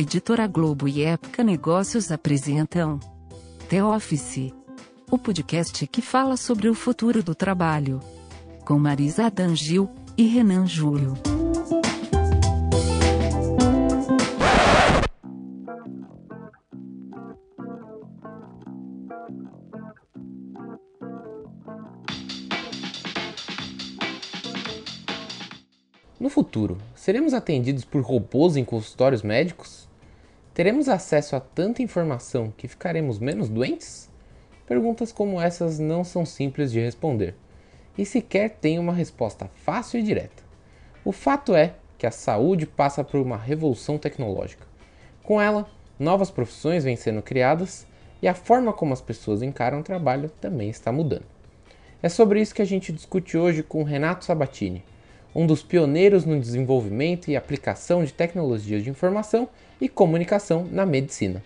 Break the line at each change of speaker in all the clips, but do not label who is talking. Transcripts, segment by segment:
Editora Globo e Época Negócios apresentam The Office, o podcast que fala sobre o futuro do trabalho, com Marisa Adangil e Renan Júlio.
No futuro, seremos atendidos por robôs em consultórios médicos? Teremos acesso a tanta informação que ficaremos menos doentes? Perguntas como essas não são simples de responder, e sequer têm uma resposta fácil e direta. O fato é que a saúde passa por uma revolução tecnológica. Com ela, novas profissões vêm sendo criadas e a forma como as pessoas encaram o trabalho também está mudando. É sobre isso que a gente discute hoje com Renato Sabatini, um dos pioneiros no desenvolvimento e aplicação de tecnologias de informação e comunicação na medicina.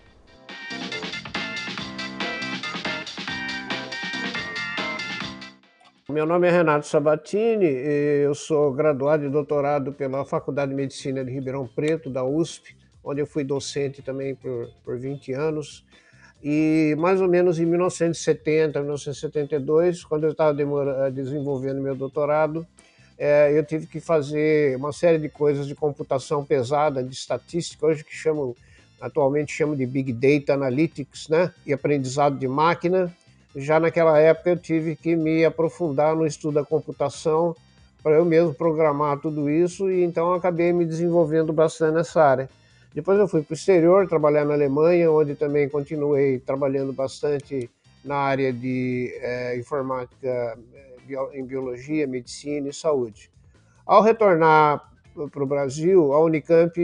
Meu nome é Renato Sabatini, eu sou graduado e doutorado pela Faculdade de Medicina de Ribeirão Preto, da USP, onde eu fui docente também por 20 anos. E mais ou menos em 1970, 1972, quando eu estava desenvolvendo meu doutorado, eu tive que fazer uma série de coisas de computação pesada, de estatística, hoje que atualmente chamam de Big Data Analytics, né? E aprendizado de máquina. Já naquela época eu tive que me aprofundar no estudo da computação para eu mesmo programar tudo isso, e então eu acabei me desenvolvendo bastante nessa área. Depois eu fui para o exterior, trabalhar na Alemanha, onde também continuei trabalhando bastante na área de informática, em biologia, medicina e saúde. Ao retornar para o Brasil, a Unicamp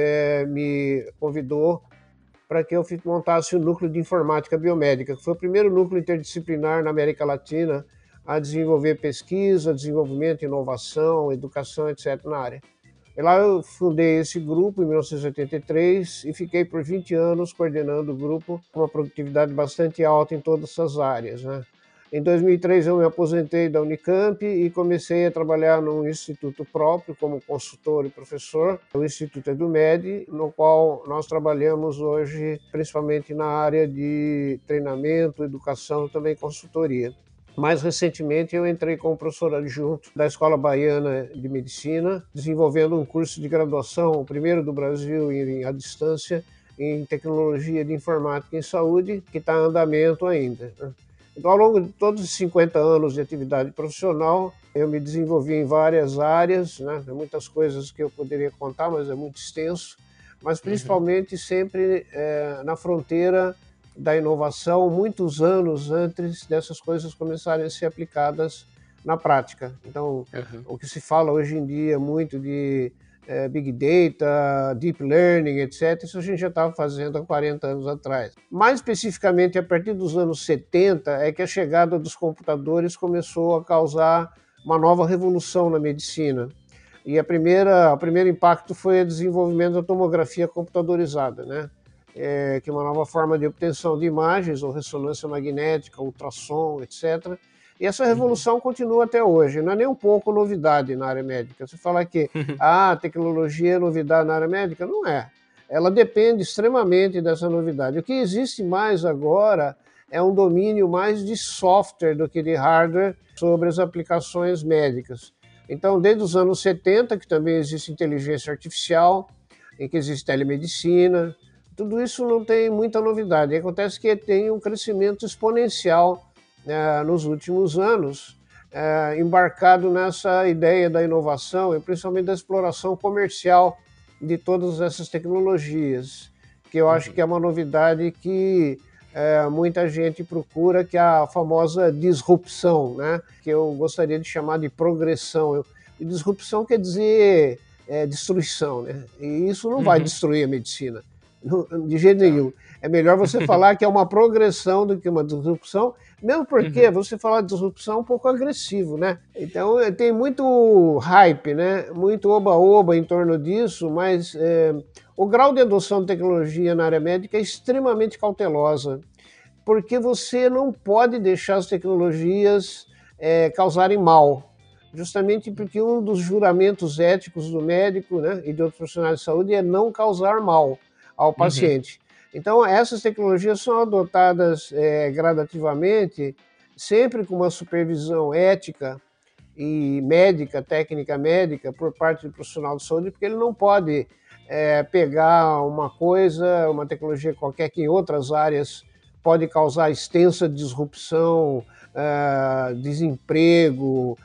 me convidou para que eu montasse o Núcleo de Informática Biomédica, que foi o primeiro núcleo interdisciplinar na América Latina a desenvolver pesquisa, desenvolvimento, inovação, educação, etc. na área. E lá eu fundei esse grupo em 1983 e fiquei por 20 anos coordenando o grupo com uma produtividade bastante alta em todas essas áreas, né? Em 2003 eu me aposentei da Unicamp e comecei a trabalhar num instituto próprio como consultor e professor, o Instituto EduMed, no qual nós trabalhamos hoje principalmente na área de treinamento, educação e também consultoria. Mais recentemente eu entrei como professor adjunto da Escola Baiana de Medicina, desenvolvendo um curso de graduação, o primeiro do Brasil à distância, em tecnologia de informática em saúde, que está em andamento ainda. Então, ao longo de todos os 50 anos de atividade profissional, eu me desenvolvi em várias áreas, né? Tem muitas coisas que eu poderia contar, mas é muito extenso, mas principalmente sempre na fronteira da inovação, muitos anos antes dessas coisas começarem a ser aplicadas na prática. Então, o que se fala hoje em dia muito de Big Data, Deep Learning, etc., isso a gente já estava fazendo há 40 anos atrás. Mais especificamente, a partir dos anos 70, é que a chegada dos computadores começou a causar uma nova revolução na medicina. E o primeiro impacto foi o desenvolvimento da tomografia computadorizada, né? Que é uma nova forma de obtenção de imagens, ou ressonância magnética, ultrassom, etc., e essa revolução continua até hoje, não é nem um pouco novidade na área médica. Você fala que a tecnologia é novidade na área médica, não é. Ela depende extremamente dessa novidade. O que existe mais agora é um domínio mais de software do que de hardware sobre as aplicações médicas. Então, desde os anos 70, que também existe inteligência artificial, em que existe telemedicina, tudo isso não tem muita novidade. Acontece que tem um crescimento exponencial nos últimos anos, embarcado nessa ideia da inovação e principalmente da exploração comercial de todas essas tecnologias, que eu acho que é uma novidade que muita gente procura, que é a famosa disrupção, né? Que eu gostaria de chamar de progressão. E disrupção quer dizer destruição, né? E isso não vai destruir a medicina, de jeito nenhum. É melhor você falar que é uma progressão do que uma disrupção, mesmo porque você falar de disrupção é um pouco agressivo, né? Então tem muito hype, né? Muito oba-oba em torno disso, mas o grau de adoção de tecnologia na área médica é extremamente cautelosa, porque você não pode deixar as tecnologias causarem mal, justamente porque um dos juramentos éticos do médico, né, e de outros profissionais de saúde é não causar mal. ao paciente. Então, essas tecnologias são adotadas gradativamente, sempre com uma supervisão ética e médica, técnica médica, por parte do profissional de saúde, porque ele não pode pegar uma coisa, uma tecnologia qualquer que em outras áreas pode causar extensa disrupção, desemprego,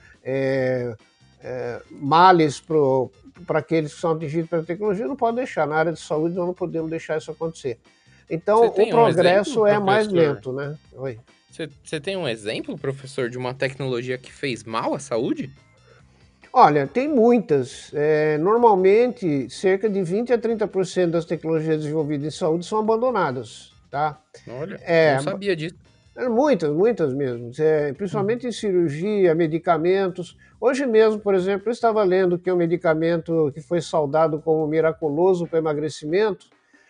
males para aqueles que são atingidos pela tecnologia, não pode deixar. Na área de saúde nós não podemos deixar isso acontecer. Então, o progresso é mais lento, né? Oi.
Você tem um exemplo, professor, de uma tecnologia que fez mal à saúde?
Olha, tem muitas. Normalmente, cerca de 20 a 30% das tecnologias desenvolvidas em saúde são abandonadas, tá?
Olha, não sabia disso.
Muitas mesmo. Principalmente em cirurgia, medicamentos. Hoje mesmo, por exemplo, eu estava lendo que um medicamento que foi saudado como miraculoso para emagrecimento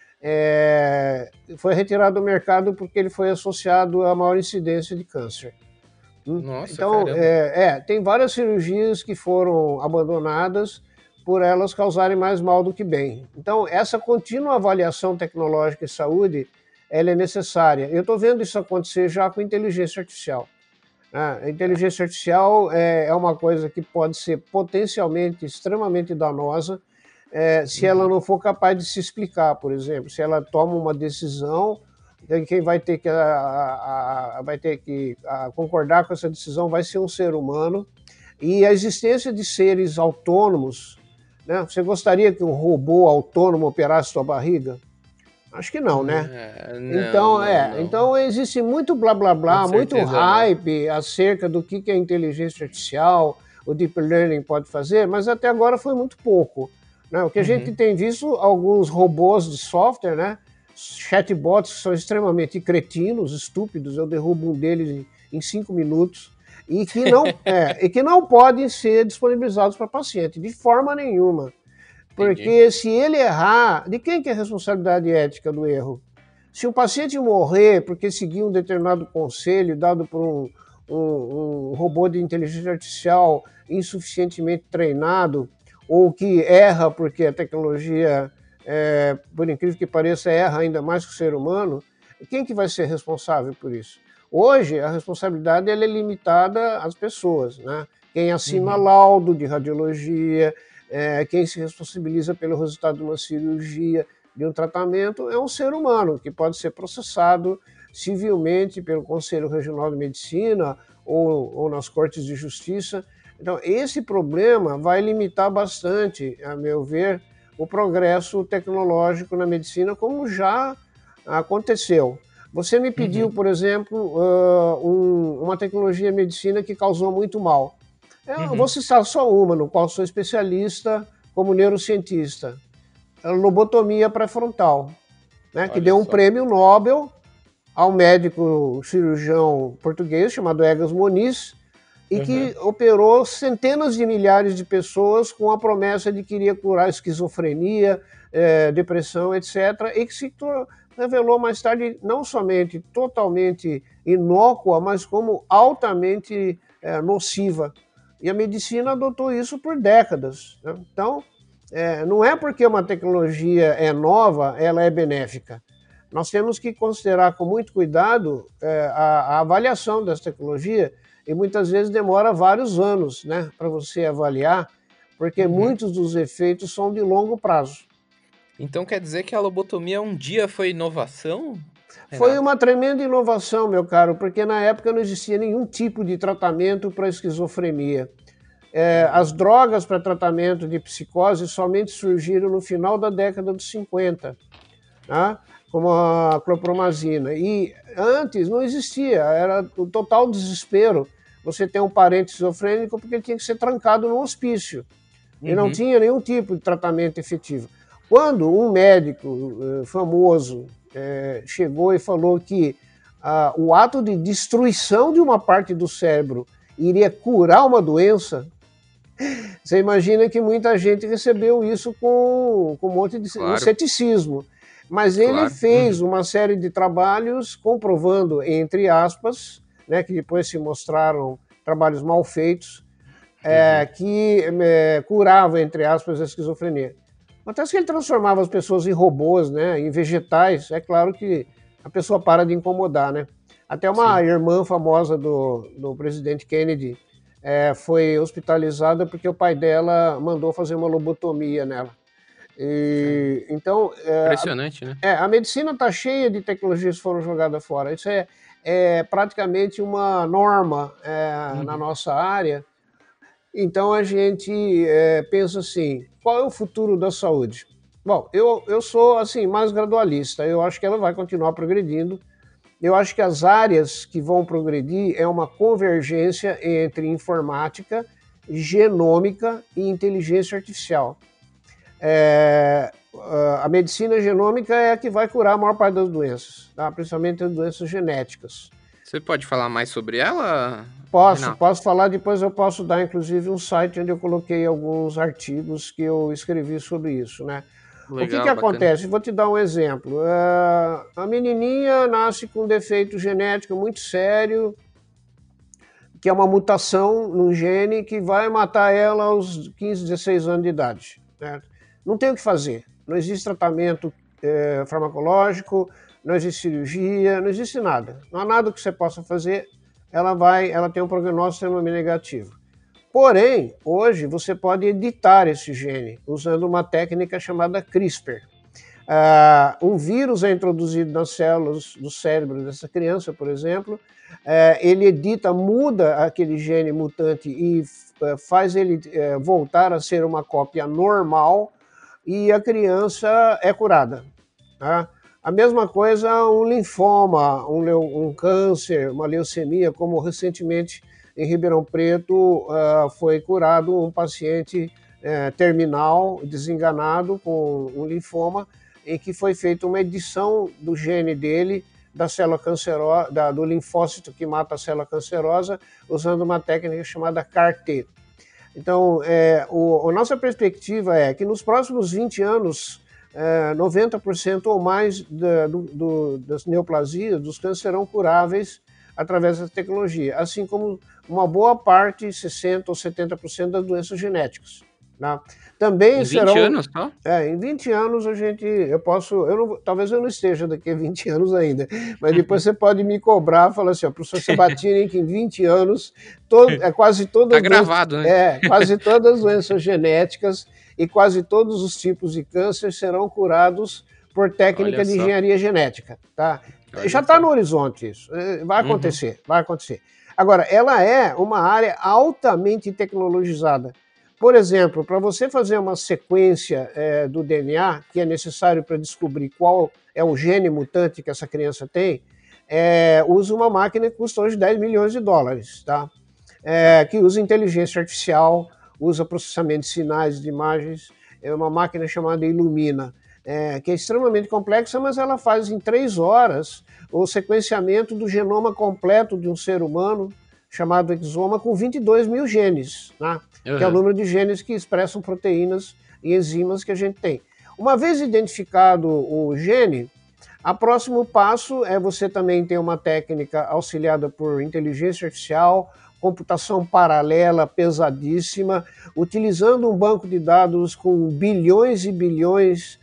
foi retirado do mercado porque ele foi associado a maior incidência de câncer.
Nossa,
então, tem várias cirurgias que foram abandonadas por elas causarem mais mal do que bem. Então, essa contínua avaliação tecnológica em saúde, ela é necessária. Eu estou vendo isso acontecer já com inteligência artificial. A inteligência artificial é uma coisa que pode ser potencialmente extremamente danosa se ela não for capaz de se explicar, por exemplo. Se ela toma uma decisão, quem vai ter que concordar com essa decisão vai ser um ser humano. E a existência de seres autônomos, né? Você gostaria que um robô autônomo operasse sua barriga? Acho que não, né? Não. Então existe muito blá blá blá, muito hype acerca do que a inteligência artificial, o deep learning pode fazer, mas até agora foi muito pouco, né? O que a gente tem visto, alguns robôs de software, né? Chatbots que são extremamente cretinos, estúpidos, eu derrubo um deles em 5 minutos, e que não podem ser disponibilizados para paciente, de forma nenhuma. Porque se ele errar, de quem que é a responsabilidade ética do erro? Se o paciente morrer porque seguiu um determinado conselho dado por um robô de inteligência artificial insuficientemente treinado, ou que erra porque a tecnologia, por incrível que pareça, erra ainda mais que o ser humano, quem que vai ser responsável por isso? Hoje, a responsabilidade ela é limitada às pessoas, né? Quem assina laudo de radiologia, quem se responsabiliza pelo resultado de uma cirurgia, de um tratamento, é um ser humano que pode ser processado civilmente pelo Conselho Regional de Medicina ou nas Cortes de Justiça. Então, esse problema vai limitar bastante, a meu ver, o progresso tecnológico na medicina, como já aconteceu. Você me pediu, por exemplo, uma tecnologia de medicina que causou muito mal. Eu vou citar só uma, no qual sou especialista como neurocientista. A lobotomia pré-frontal, né, que deu um prêmio Nobel ao médico cirurgião português chamado Egas Moniz, e que operou centenas de milhares de pessoas com a promessa de que iria curar esquizofrenia, depressão, etc., e que se revelou mais tarde não somente totalmente inócua, mas como altamente nociva. E a medicina adotou isso por décadas, né? Então, não é porque uma tecnologia é nova, ela é benéfica. Nós temos que considerar com muito cuidado a avaliação dessa tecnologia, e muitas vezes demora vários anos, né, para você avaliar, porque muitos dos efeitos são de longo prazo.
Então quer dizer que a lobotomia um dia foi inovação?
Foi uma tremenda inovação, meu caro, porque na época não existia nenhum tipo de tratamento para esquizofrenia. As drogas para tratamento de psicose somente surgiram no final da década dos 50, tá? Como a clorpromazina. E antes não existia, era o total desespero. Você tem um parente esquizofrênico porque ele tinha que ser trancado no hospício. E não tinha nenhum tipo de tratamento efetivo. Quando um médico famoso chegou e falou que o ato de destruição de uma parte do cérebro iria curar uma doença, você imagina que muita gente recebeu isso com um monte de ceticismo. Mas ele fez uma série de trabalhos comprovando, entre aspas, né, que depois se mostraram trabalhos mal feitos, que curava, entre aspas, a esquizofrenia. Acontece que ele transformava as pessoas em robôs, né, em vegetais. É claro que a pessoa para de incomodar, né? Até uma
Sim.
irmã famosa do presidente Kennedy foi hospitalizada porque o pai dela mandou fazer uma lobotomia nela. E, então,
Impressionante, né?
a medicina está cheia de tecnologias que foram jogadas fora. Isso é praticamente uma norma na nossa área. Então a gente pensa assim, qual é o futuro da saúde? Bom, eu sou assim mais gradualista, eu acho que ela vai continuar progredindo. Eu acho que as áreas que vão progredir é uma convergência entre informática, genômica e inteligência artificial. A medicina genômica é a que vai curar a maior parte das doenças, tá? Principalmente as doenças genéticas.
Você pode falar mais sobre ela,
Posso
Renato?
falar, depois eu posso dar inclusive um site onde eu coloquei alguns artigos que eu escrevi sobre isso, né? O que
Legal, bacana.
acontece? Vou te dar um exemplo. A menininha nasce com um defeito genético muito sério, que é uma mutação num gene que vai matar ela aos 15, 16 anos de idade. Né? Não tem o que fazer. Não existe tratamento farmacológico, não existe cirurgia, não existe nada. Não há nada que você possa fazer. Ela tem um prognóstico extremamente negativo. Porém, hoje você pode editar esse gene usando uma técnica chamada CRISPR. Um vírus é introduzido nas células do cérebro dessa criança, por exemplo, ele edita, muda aquele gene mutante e faz ele voltar a ser uma cópia normal e a criança é curada. Tá? A mesma coisa um linfoma, um câncer, uma leucemia, como recentemente em Ribeirão Preto foi curado um paciente terminal, desenganado, com um linfoma, em que foi feita uma edição do gene dele, da célula cancerosa, do linfócito que mata a célula cancerosa, usando uma técnica chamada CAR-T. Então, a nossa perspectiva é que nos próximos 20 anos, 90% ou mais das neoplasias, dos cânceres, serão curáveis através da tecnologia, assim como uma boa parte, 60% ou 70% das doenças genéticas. Tá? Também
em 20 anos só?
Em 20 anos talvez eu não esteja daqui a 20 anos ainda, mas depois você pode me cobrar, falar assim, professor Sabatini, que em 20 anos quase
Tá gravado, né?
quase todas as doenças genéticas e quase todos os tipos de câncer serão curados por técnica de engenharia genética. Tá? Já está no horizonte isso, vai acontecer, vai acontecer. Agora, ela é uma área altamente tecnologizada. Por exemplo, para você fazer uma sequência do DNA, que é necessário para descobrir qual é o gene mutante que essa criança tem, usa uma máquina que custa hoje 10 milhões de dólares, tá? Que usa inteligência artificial, usa processamento de sinais, de imagens, é uma máquina chamada Illumina, que é extremamente complexa, mas ela faz em 3 horas o sequenciamento do genoma completo de um ser humano, chamado exoma, com 22 mil genes, né? Que é o número de genes que expressam proteínas e enzimas que a gente tem. Uma vez identificado o gene, o próximo passo é você também ter uma técnica auxiliada por inteligência artificial, computação paralela pesadíssima, utilizando um banco de dados com bilhões e bilhões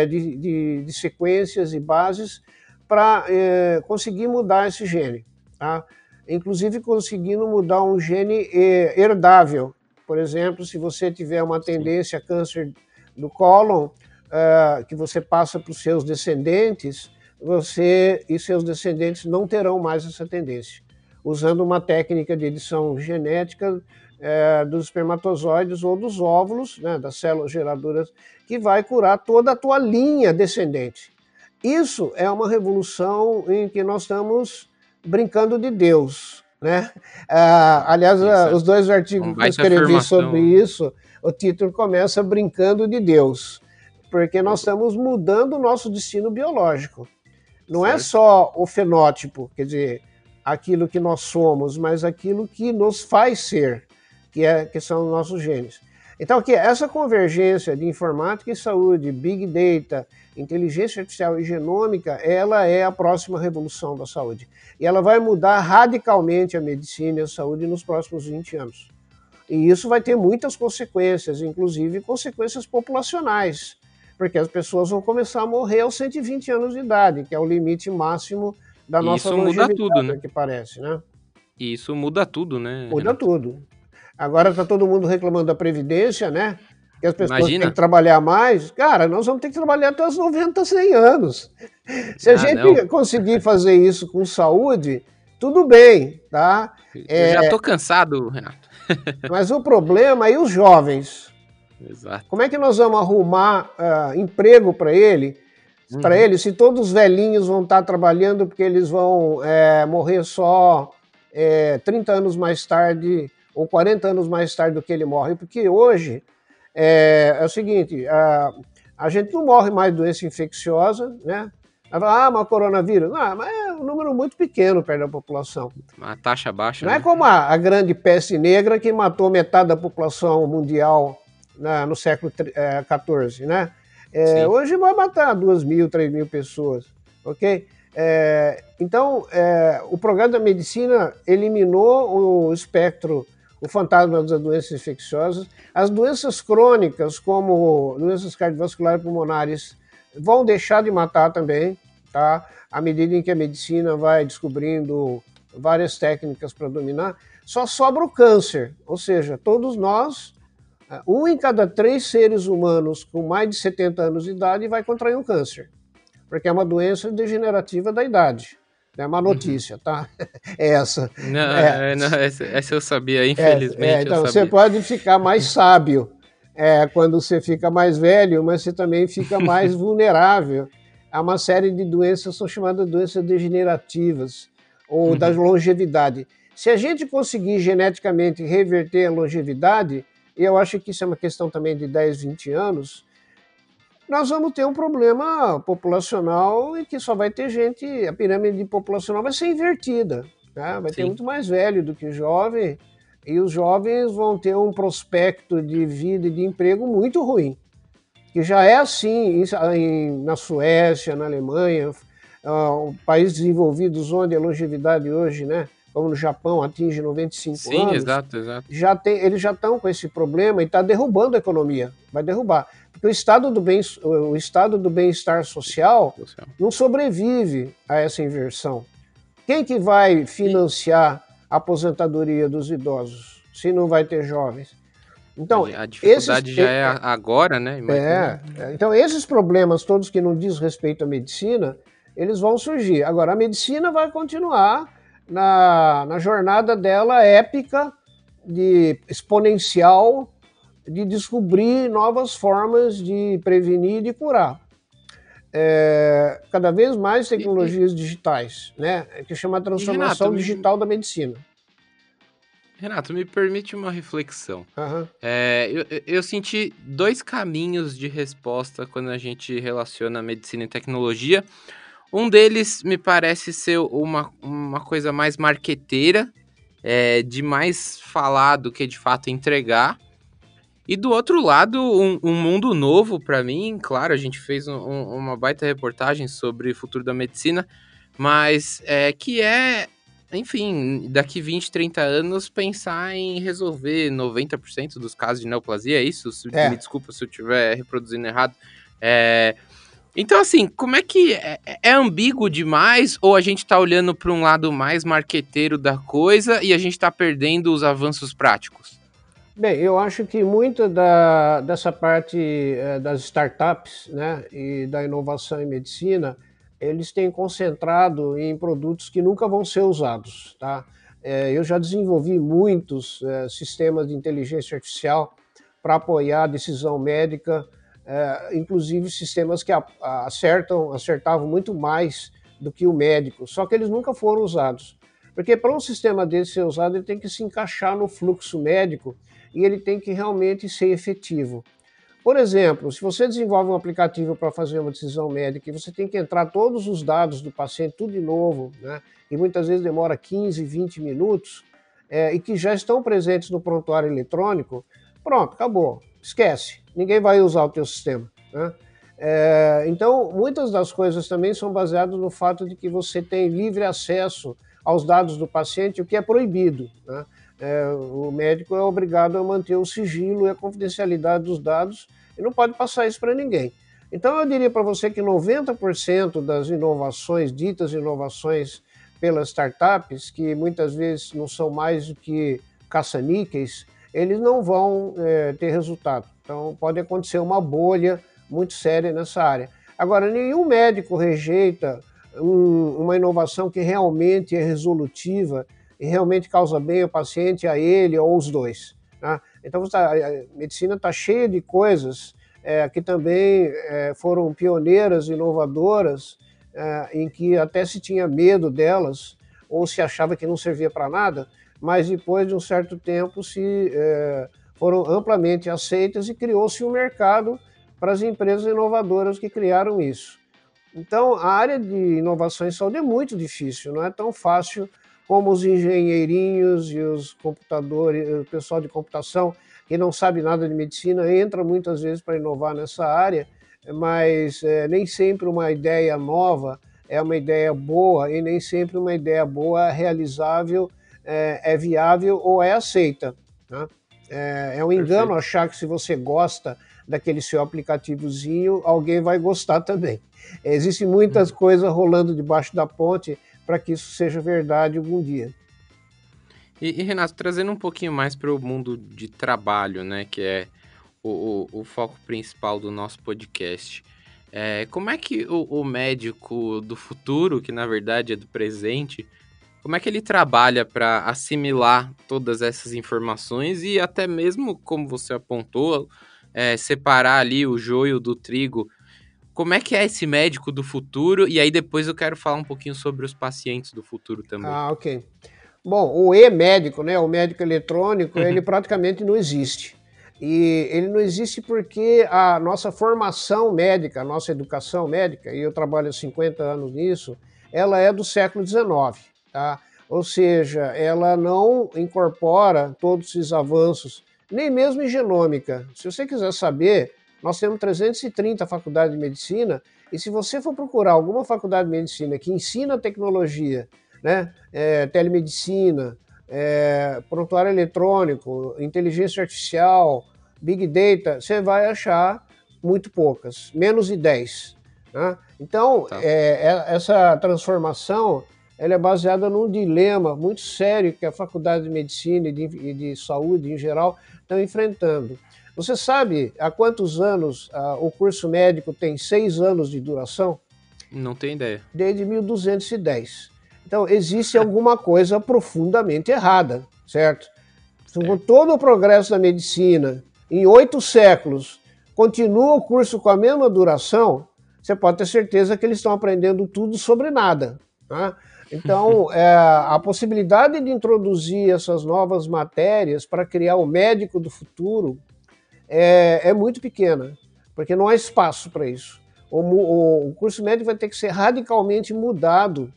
de sequências e bases para conseguir mudar esse gene, tá? Inclusive conseguindo mudar um gene herdável. Por exemplo, se você tiver uma tendência a câncer do cólon, que você passa para os seus descendentes, você e seus descendentes não terão mais essa tendência, usando uma técnica de edição genética dos espermatozoides ou dos óvulos, né, das células geradoras, que vai curar toda a tua linha descendente. Isso é uma revolução em que nós estamos brincando de Deus, né? Aliás, os 2 artigos que eu escrevi sobre isso, o título começa brincando de Deus, porque nós estamos mudando o nosso destino biológico. Não é só o fenótipo, quer dizer, aquilo que nós somos, mas aquilo que nos faz ser, que são os nossos genes. Então, essa convergência de informática e saúde, big data, inteligência artificial e genômica, ela é a próxima revolução da saúde. E ela vai mudar radicalmente a medicina e a saúde nos próximos 20 anos. E isso vai ter muitas consequências, inclusive consequências populacionais. porque as pessoas vão começar a morrer aos 120 anos de idade, que é o limite máximo da nossa longevidade,
tudo, né?
que parece, né?
E isso muda tudo, né,
Muda
Renato?
tudo. Agora está todo mundo reclamando da Previdência, né? Que as pessoas têm
Imagina.
que trabalhar mais. Cara, nós vamos ter que trabalhar até os 90, 100 anos. Se a gente
não.
conseguir fazer isso com saúde, tudo bem, tá?
Eu já tô cansado, Renato.
Mas o problema é os jovens.
Exato.
Como é que nós vamos arrumar emprego para eles, se todos os velhinhos vão estar trabalhando porque eles vão morrer só 30 anos mais tarde ou 40 anos mais tarde do que ele morre? Porque hoje é o seguinte, a gente não morre mais de doença infecciosa, né? Mas coronavírus? Não, mas é um número muito pequeno perto da população.
Uma taxa baixa,
Não
né?
é como a grande peste negra que matou metade da população mundial no século XIV, né? Hoje vai matar 2.000, 3.000 pessoas, ok? Então, o progresso da medicina eliminou o espectro, o fantasma das doenças infecciosas. As doenças crônicas, como doenças cardiovasculares pulmonares, vão deixar de matar também, tá? À medida em que a medicina vai descobrindo várias técnicas para dominar, só sobra o câncer, ou seja, todos nós, 1 em cada 3 seres humanos com mais de 70 anos de idade vai contrair um câncer, porque é uma doença degenerativa da idade. É uma notícia, tá? Essa.
Não, essa eu sabia, infelizmente
então,
eu sabia.
você pode ficar mais sábio quando você fica mais velho, mas você também fica mais vulnerável a uma série de doenças, são chamadas doenças degenerativas, ou da longevidade. Se a gente conseguir geneticamente reverter a longevidade, e eu acho que isso é uma questão também de 10, 20 anos, nós vamos ter um problema populacional e que só vai ter gente, a pirâmide populacional vai ser invertida, né? Vai ter muito mais velho do que jovem, e os jovens vão ter um prospecto de vida e de emprego muito ruim, que já é assim na Suécia, na Alemanha, países desenvolvidos onde a longevidade hoje, né, como no Japão, atinge 95 anos. Sim,
exato.
Eles já estão com esse problema e está derrubando a economia, vai derrubar. Porque o estado do bem-estar social não sobrevive a essa inversão. Quem que vai financiar a aposentadoria dos idosos, se não vai ter jovens? Então,
a dificuldade já é agora, né?
Então, esses problemas todos que não diz respeito à medicina, eles vão surgir. Agora, a medicina vai continuar na jornada dela épica, exponencial, de descobrir novas formas de prevenir e de curar. Cada vez mais tecnologias digitais, né? Que chama a transformação digital da medicina.
Renato, me permite uma reflexão. Eu senti 2 caminhos de resposta quando a gente relaciona medicina e tecnologia. Um deles me parece ser uma coisa mais marqueteira, de mais falar do que de fato entregar. E do outro lado, um mundo novo para mim. Claro, a gente fez uma baita reportagem sobre o futuro da medicina, mas enfim, daqui 20, 30 anos, pensar em resolver 90% dos casos de neoplasia, é isso? Me desculpa se eu estiver reproduzindo errado. Então, assim, como é que é ambíguo demais, ou a gente tá olhando para um lado mais marqueteiro da coisa e a gente tá perdendo os avanços práticos?
Bem, eu acho que muita dessa parte das startups, né, e da inovação em medicina, eles têm concentrado em produtos que nunca vão ser usados, tá? Eu já desenvolvi muitos sistemas de inteligência artificial para apoiar a decisão médica, inclusive sistemas que acertavam muito mais do que o médico, só que eles nunca foram usados. Porque para um sistema desse ser usado, ele tem que se encaixar no fluxo médico e ele tem que realmente ser efetivo. Por exemplo, se você desenvolve um aplicativo para fazer uma decisão médica e você tem que entrar todos os dados do paciente, tudo de novo, né? E muitas vezes demora 15, 20 minutos, e que já estão presentes no prontuário eletrônico, pronto, acabou, esquece, ninguém vai usar o teu sistema, né? Então, muitas das coisas também são baseadas no fato de que você tem livre acesso aos dados do paciente, o que é proibido, né? O médico é obrigado a manter o sigilo e a confidencialidade dos dados e não pode passar isso para ninguém. Então, eu diria para você que 90% das inovações, ditas inovações pelas startups, que muitas vezes não são mais do que caça-níqueis, eles não vão ter resultado. Então, pode acontecer uma bolha muito séria nessa área. Agora, nenhum médico rejeita uma inovação que realmente é resolutiva e realmente causa bem ao paciente, a ele ou os dois. Tá? Então, a medicina está cheia de coisas que também foram pioneiras, inovadoras, em que até se tinha medo delas, ou se achava que não servia para nada, mas depois de um certo tempo foram amplamente aceitas e criou-se um mercado para as empresas inovadoras que criaram isso. Então, a área de inovação em saúde é muito difícil, não é tão fácil como os engenheirinhos e os computadores, o pessoal de computação que não sabe nada de medicina entra muitas vezes para inovar nessa área, mas nem sempre uma ideia nova é uma ideia boa e nem sempre uma ideia boa é realizável, é viável ou é aceita. Né? É um engano achar que se você gosta daquele seu aplicativozinho, alguém vai gostar também. Existem muitas coisas rolando debaixo da ponte para que isso seja verdade algum dia.
E Renato, trazendo um pouquinho mais para o mundo de trabalho, né, que é o foco principal do nosso podcast. Como é que o médico do futuro, que na verdade é do presente, como é que ele trabalha para assimilar todas essas informações e até mesmo, como você apontou, separar ali o joio do trigo? Como é que é esse médico do futuro? E aí depois eu quero falar um pouquinho sobre os pacientes do futuro também.
Ah, ok. Bom, o e-médico, né, o médico eletrônico, ele praticamente não existe. E ele não existe porque a nossa formação médica, a nossa educação médica, e eu trabalho há 50 anos nisso, ela é do século XIX, tá? Ou seja, ela não incorpora todos esses avanços, nem mesmo em genômica. Se você quiser saber, nós temos 330 faculdades de medicina, e se você for procurar alguma faculdade de medicina que ensina tecnologia, né, telemedicina, prontuário eletrônico, inteligência artificial, big data, você vai achar muito poucas, menos de 10. Né? Então, essa transformação ela é baseada num dilema muito sério que a Faculdade de Medicina e de Saúde, em geral, estão enfrentando. Você sabe há quantos anos o curso médico tem 6 anos de duração?
Não tenho ideia.
Desde 1210. Então, existe alguma coisa profundamente errada, certo? Então, com todo o progresso da medicina, em 8 séculos, continua o curso com a mesma duração, você pode ter certeza que eles estão aprendendo tudo sobre nada. Tá? Então, a possibilidade de introduzir essas novas matérias para criar o médico do futuro é muito pequena, porque não há espaço para isso. O curso médico vai ter que ser radicalmente mudado,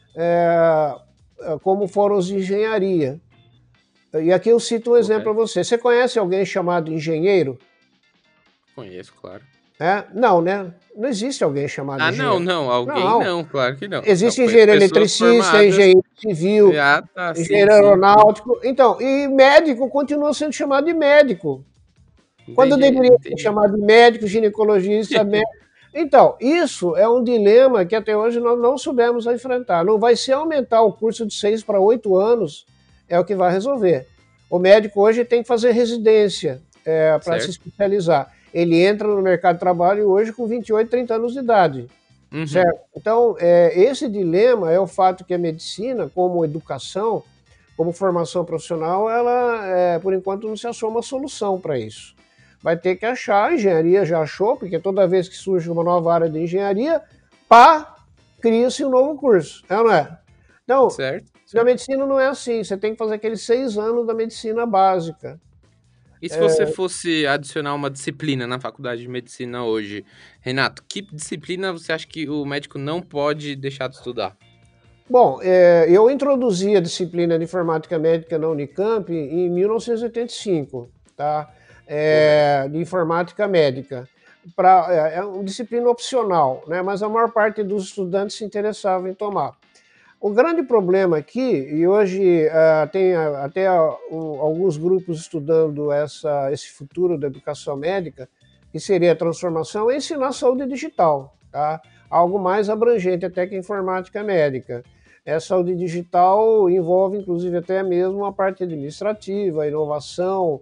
como foram os de engenharia. E aqui eu cito um exemplo para você. Você conhece alguém chamado engenheiro?
Conheço, claro.
Não, né? Não existe alguém chamado engenheiro.
Não, claro que não.
Existe engenheiro eletricista, engenheiro civil, engenheiro aeronáutico. Então, e médico continua sendo chamado de médico. Quando deveria ser chamado de médico, ginecologista, médico. Então, isso é um dilema que até hoje nós não soubemos enfrentar. Não vai ser aumentar o curso de 6 para 8 anos, é o que vai resolver. O médico hoje tem que fazer residência para se especializar. Ele entra no mercado de trabalho hoje com 28, 30 anos de idade. Certo? Então, esse dilema é o fato que a medicina, como educação, como formação profissional, ela, por enquanto, não se achou uma solução para isso. Vai ter que achar, a engenharia já achou, porque toda vez que surge uma nova área de engenharia, cria-se um novo curso, não é? Então, na medicina não é assim, você tem que fazer aqueles 6 anos da medicina básica.
E se você fosse adicionar uma disciplina na faculdade de medicina hoje, Renato, que disciplina você acha que o médico não pode deixar de estudar?
Bom, eu introduzi a disciplina de informática médica na Unicamp em 1985, tá? De informática médica. É uma disciplina opcional, né? Mas a maior parte dos estudantes se interessavam em tomar. O grande problema aqui, e hoje tem até alguns grupos estudando esse futuro da educação médica, que seria a transformação, é ensinar saúde digital, tá? Algo mais abrangente até que a informática médica. A saúde digital envolve, inclusive, até mesmo a parte administrativa, a inovação,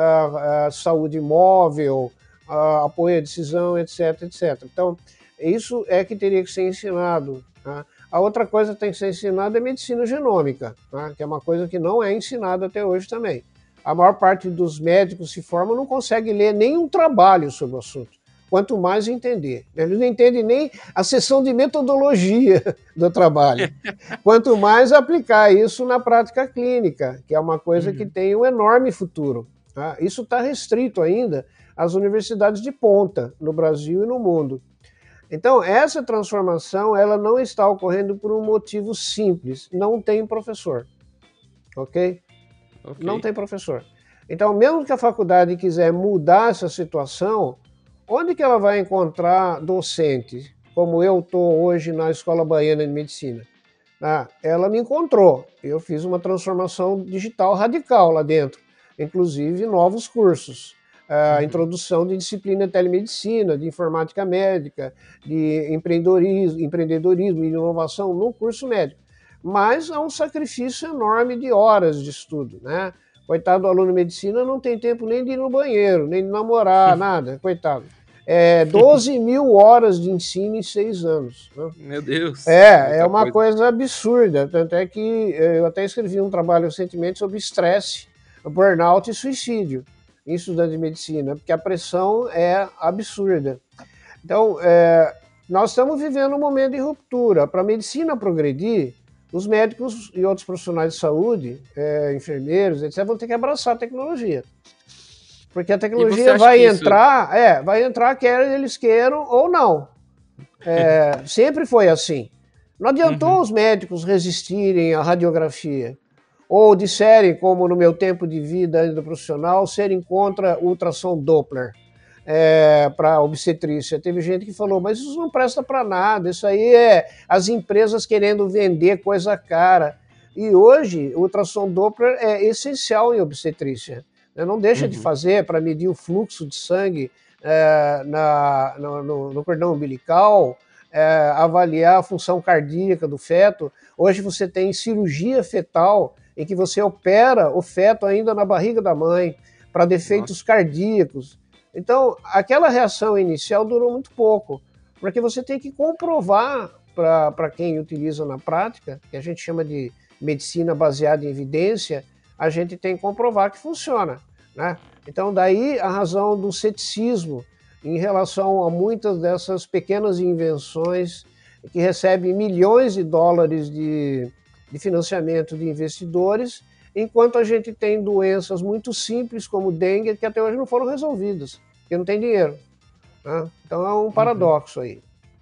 a saúde móvel, apoio à decisão, etc, etc. Então, isso é que teria que ser ensinado. Tá? A outra coisa que tem que ser ensinada é medicina genômica, tá? Que é uma coisa que não é ensinada até hoje também. A maior parte dos médicos se formam não consegue ler nenhum trabalho sobre o assunto, quanto mais entender. Eles não entendem nem a seção de metodologia do trabalho, quanto mais aplicar isso na prática clínica, que é uma coisa que tem um enorme futuro. Tá? Isso está restrito ainda às universidades de ponta, no Brasil e no mundo. Então, essa transformação ela não está ocorrendo por um motivo simples, não tem professor, ok? Não tem professor. Então, mesmo que a faculdade quiser mudar essa situação, onde que ela vai encontrar docentes, como eu estou hoje na Escola Baiana de Medicina? Ela me encontrou, eu fiz uma transformação digital radical lá dentro, inclusive novos cursos. A introdução de disciplina de telemedicina, de informática médica, de empreendedorismo e inovação no curso médico. Mas há um sacrifício enorme de horas de estudo, né? Coitado do aluno de medicina não tem tempo nem de ir no banheiro, nem de namorar, nada, coitado. 12 mil horas de ensino em 6 anos. Né?
Meu Deus!
É uma coisa absurda, tanto é que eu até escrevi um trabalho recentemente sobre estresse, burnout e suicídio em estudantes de medicina, porque a pressão é absurda. Então, nós estamos vivendo um momento de ruptura. Para a medicina progredir, os médicos e outros profissionais de saúde, enfermeiros, etc., vão ter que abraçar a tecnologia. Porque a tecnologia vai entrar, quer eles queiram ou não. Sempre foi assim. Não adiantou os médicos resistirem à radiografia. Ou disserem, como no meu tempo de vida ainda profissional, serem contra o ultrassom Doppler para obstetrícia. Teve gente que falou, mas isso não presta para nada, isso aí é as empresas querendo vender coisa cara. E hoje o ultrassom Doppler é essencial em obstetrícia. Não deixa de fazer para medir o fluxo de sangue no cordão umbilical, avaliar a função cardíaca do feto. Hoje você tem cirurgia fetal, em que você opera o feto ainda na barriga da mãe, para defeitos cardíacos. Então, aquela reação inicial durou muito pouco, porque você tem que comprovar para quem utiliza na prática, que a gente chama de medicina baseada em evidência, a gente tem que comprovar que funciona. Né? Então, daí a razão do ceticismo em relação a muitas dessas pequenas invenções que recebem milhões de dólares de financiamento de investidores, enquanto a gente tem doenças muito simples como dengue que até hoje não foram resolvidas, porque não tem dinheiro. Né? Então é um paradoxo aí.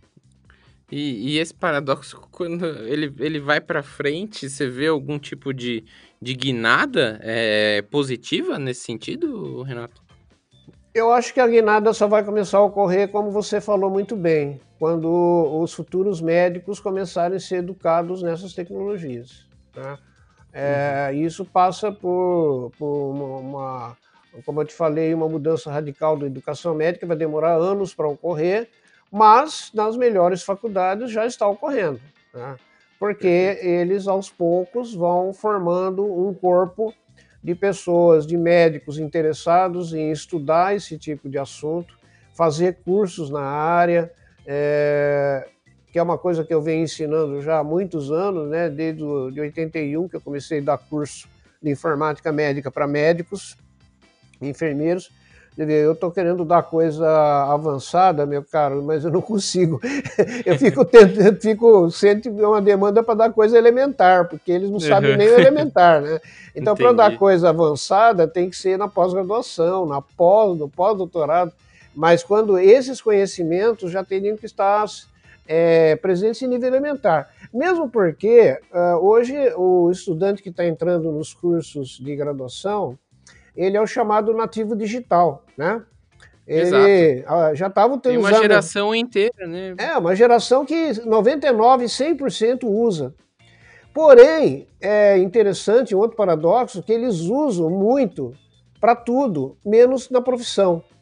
E esse paradoxo, quando ele vai para frente, você vê algum tipo de guinada positiva nesse sentido, Renato?
Eu acho que a guinada só vai começar a ocorrer, como você falou muito bem, quando os futuros médicos começarem a ser educados nessas tecnologias. Né? Isso passa por como eu te falei, uma mudança radical da educação médica, vai demorar anos para ocorrer, mas nas melhores faculdades já está ocorrendo. Né? Porque eles, aos poucos, vão formando um corpo de pessoas, de médicos interessados em estudar esse tipo de assunto, fazer cursos na área, que é uma coisa que eu venho ensinando já há muitos anos, né? Desde de 81, que eu comecei a dar curso de informática médica para médicos, enfermeiros. Eu estou querendo dar coisa avançada, meu caro, mas eu não consigo. Eu sento uma demanda para dar coisa elementar, porque eles não sabem nem o elementar, né? Então, para dar coisa avançada, tem que ser na pós-graduação, no pós-doutorado. Mas quando esses conhecimentos já teriam que estar presentes em nível elementar. Mesmo porque, hoje, o estudante que está entrando nos cursos de graduação, ele é o chamado nativo digital, né? Ele já estava utilizando... Tem
uma geração inteira, né?
Uma geração que 99%, 100% usa. Porém, é interessante, um outro paradoxo, que eles usam muito para tudo, menos na profissão.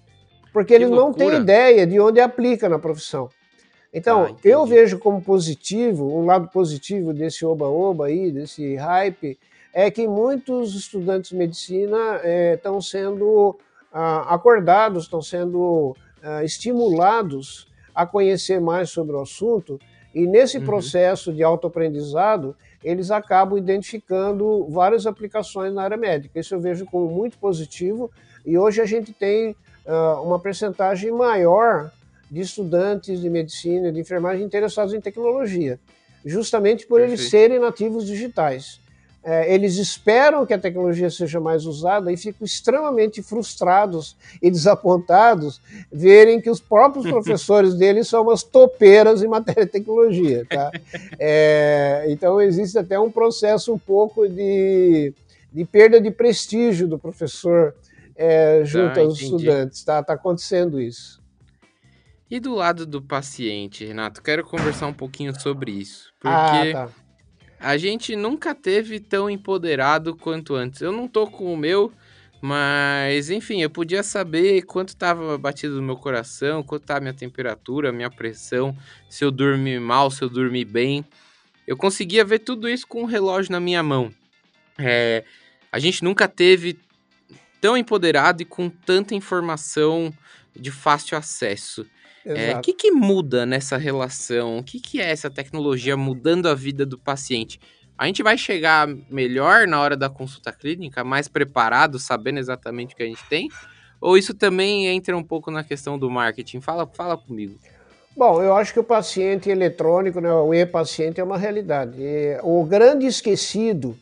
porque eles não têm ideia de onde aplica na profissão. Então, eu vejo como positivo, um lado positivo desse oba-oba aí, desse hype, é que muitos estudantes de medicina estão sendo acordados, estão sendo estimulados a conhecer mais sobre o assunto, e nesse processo de autoaprendizado, eles acabam identificando várias aplicações na área médica. Isso eu vejo como muito positivo, e hoje a gente tem uma percentagem maior de estudantes de medicina, de enfermagem interessados em tecnologia, justamente por eles serem nativos digitais. Eles esperam que a tecnologia seja mais usada e ficam extremamente frustrados e desapontados verem que os próprios professores deles são umas topeiras em matéria de tecnologia. Tá? Então existe até um processo um pouco de perda de prestígio do professor junto aos estudantes. Está acontecendo isso.
E do lado do paciente, Renato, quero conversar um pouquinho sobre isso. Porque a gente nunca teve tão empoderado quanto antes. Eu não tô com o meu, mas enfim, eu podia saber quanto estava batido no meu coração, quanto tá a minha temperatura, minha pressão, se eu dormi mal, se eu dormi bem. Eu conseguia ver tudo isso com um relógio na minha mão. A gente nunca teve tão empoderado e com tanta informação de fácil acesso. O que muda nessa relação? O que é essa tecnologia mudando a vida do paciente? A gente vai chegar melhor na hora da consulta clínica, mais preparado, sabendo exatamente o que a gente tem? Ou isso também entra um pouco na questão do marketing? Fala comigo.
Bom, eu acho que o paciente eletrônico, né, o e-paciente é uma realidade. O grande esquecido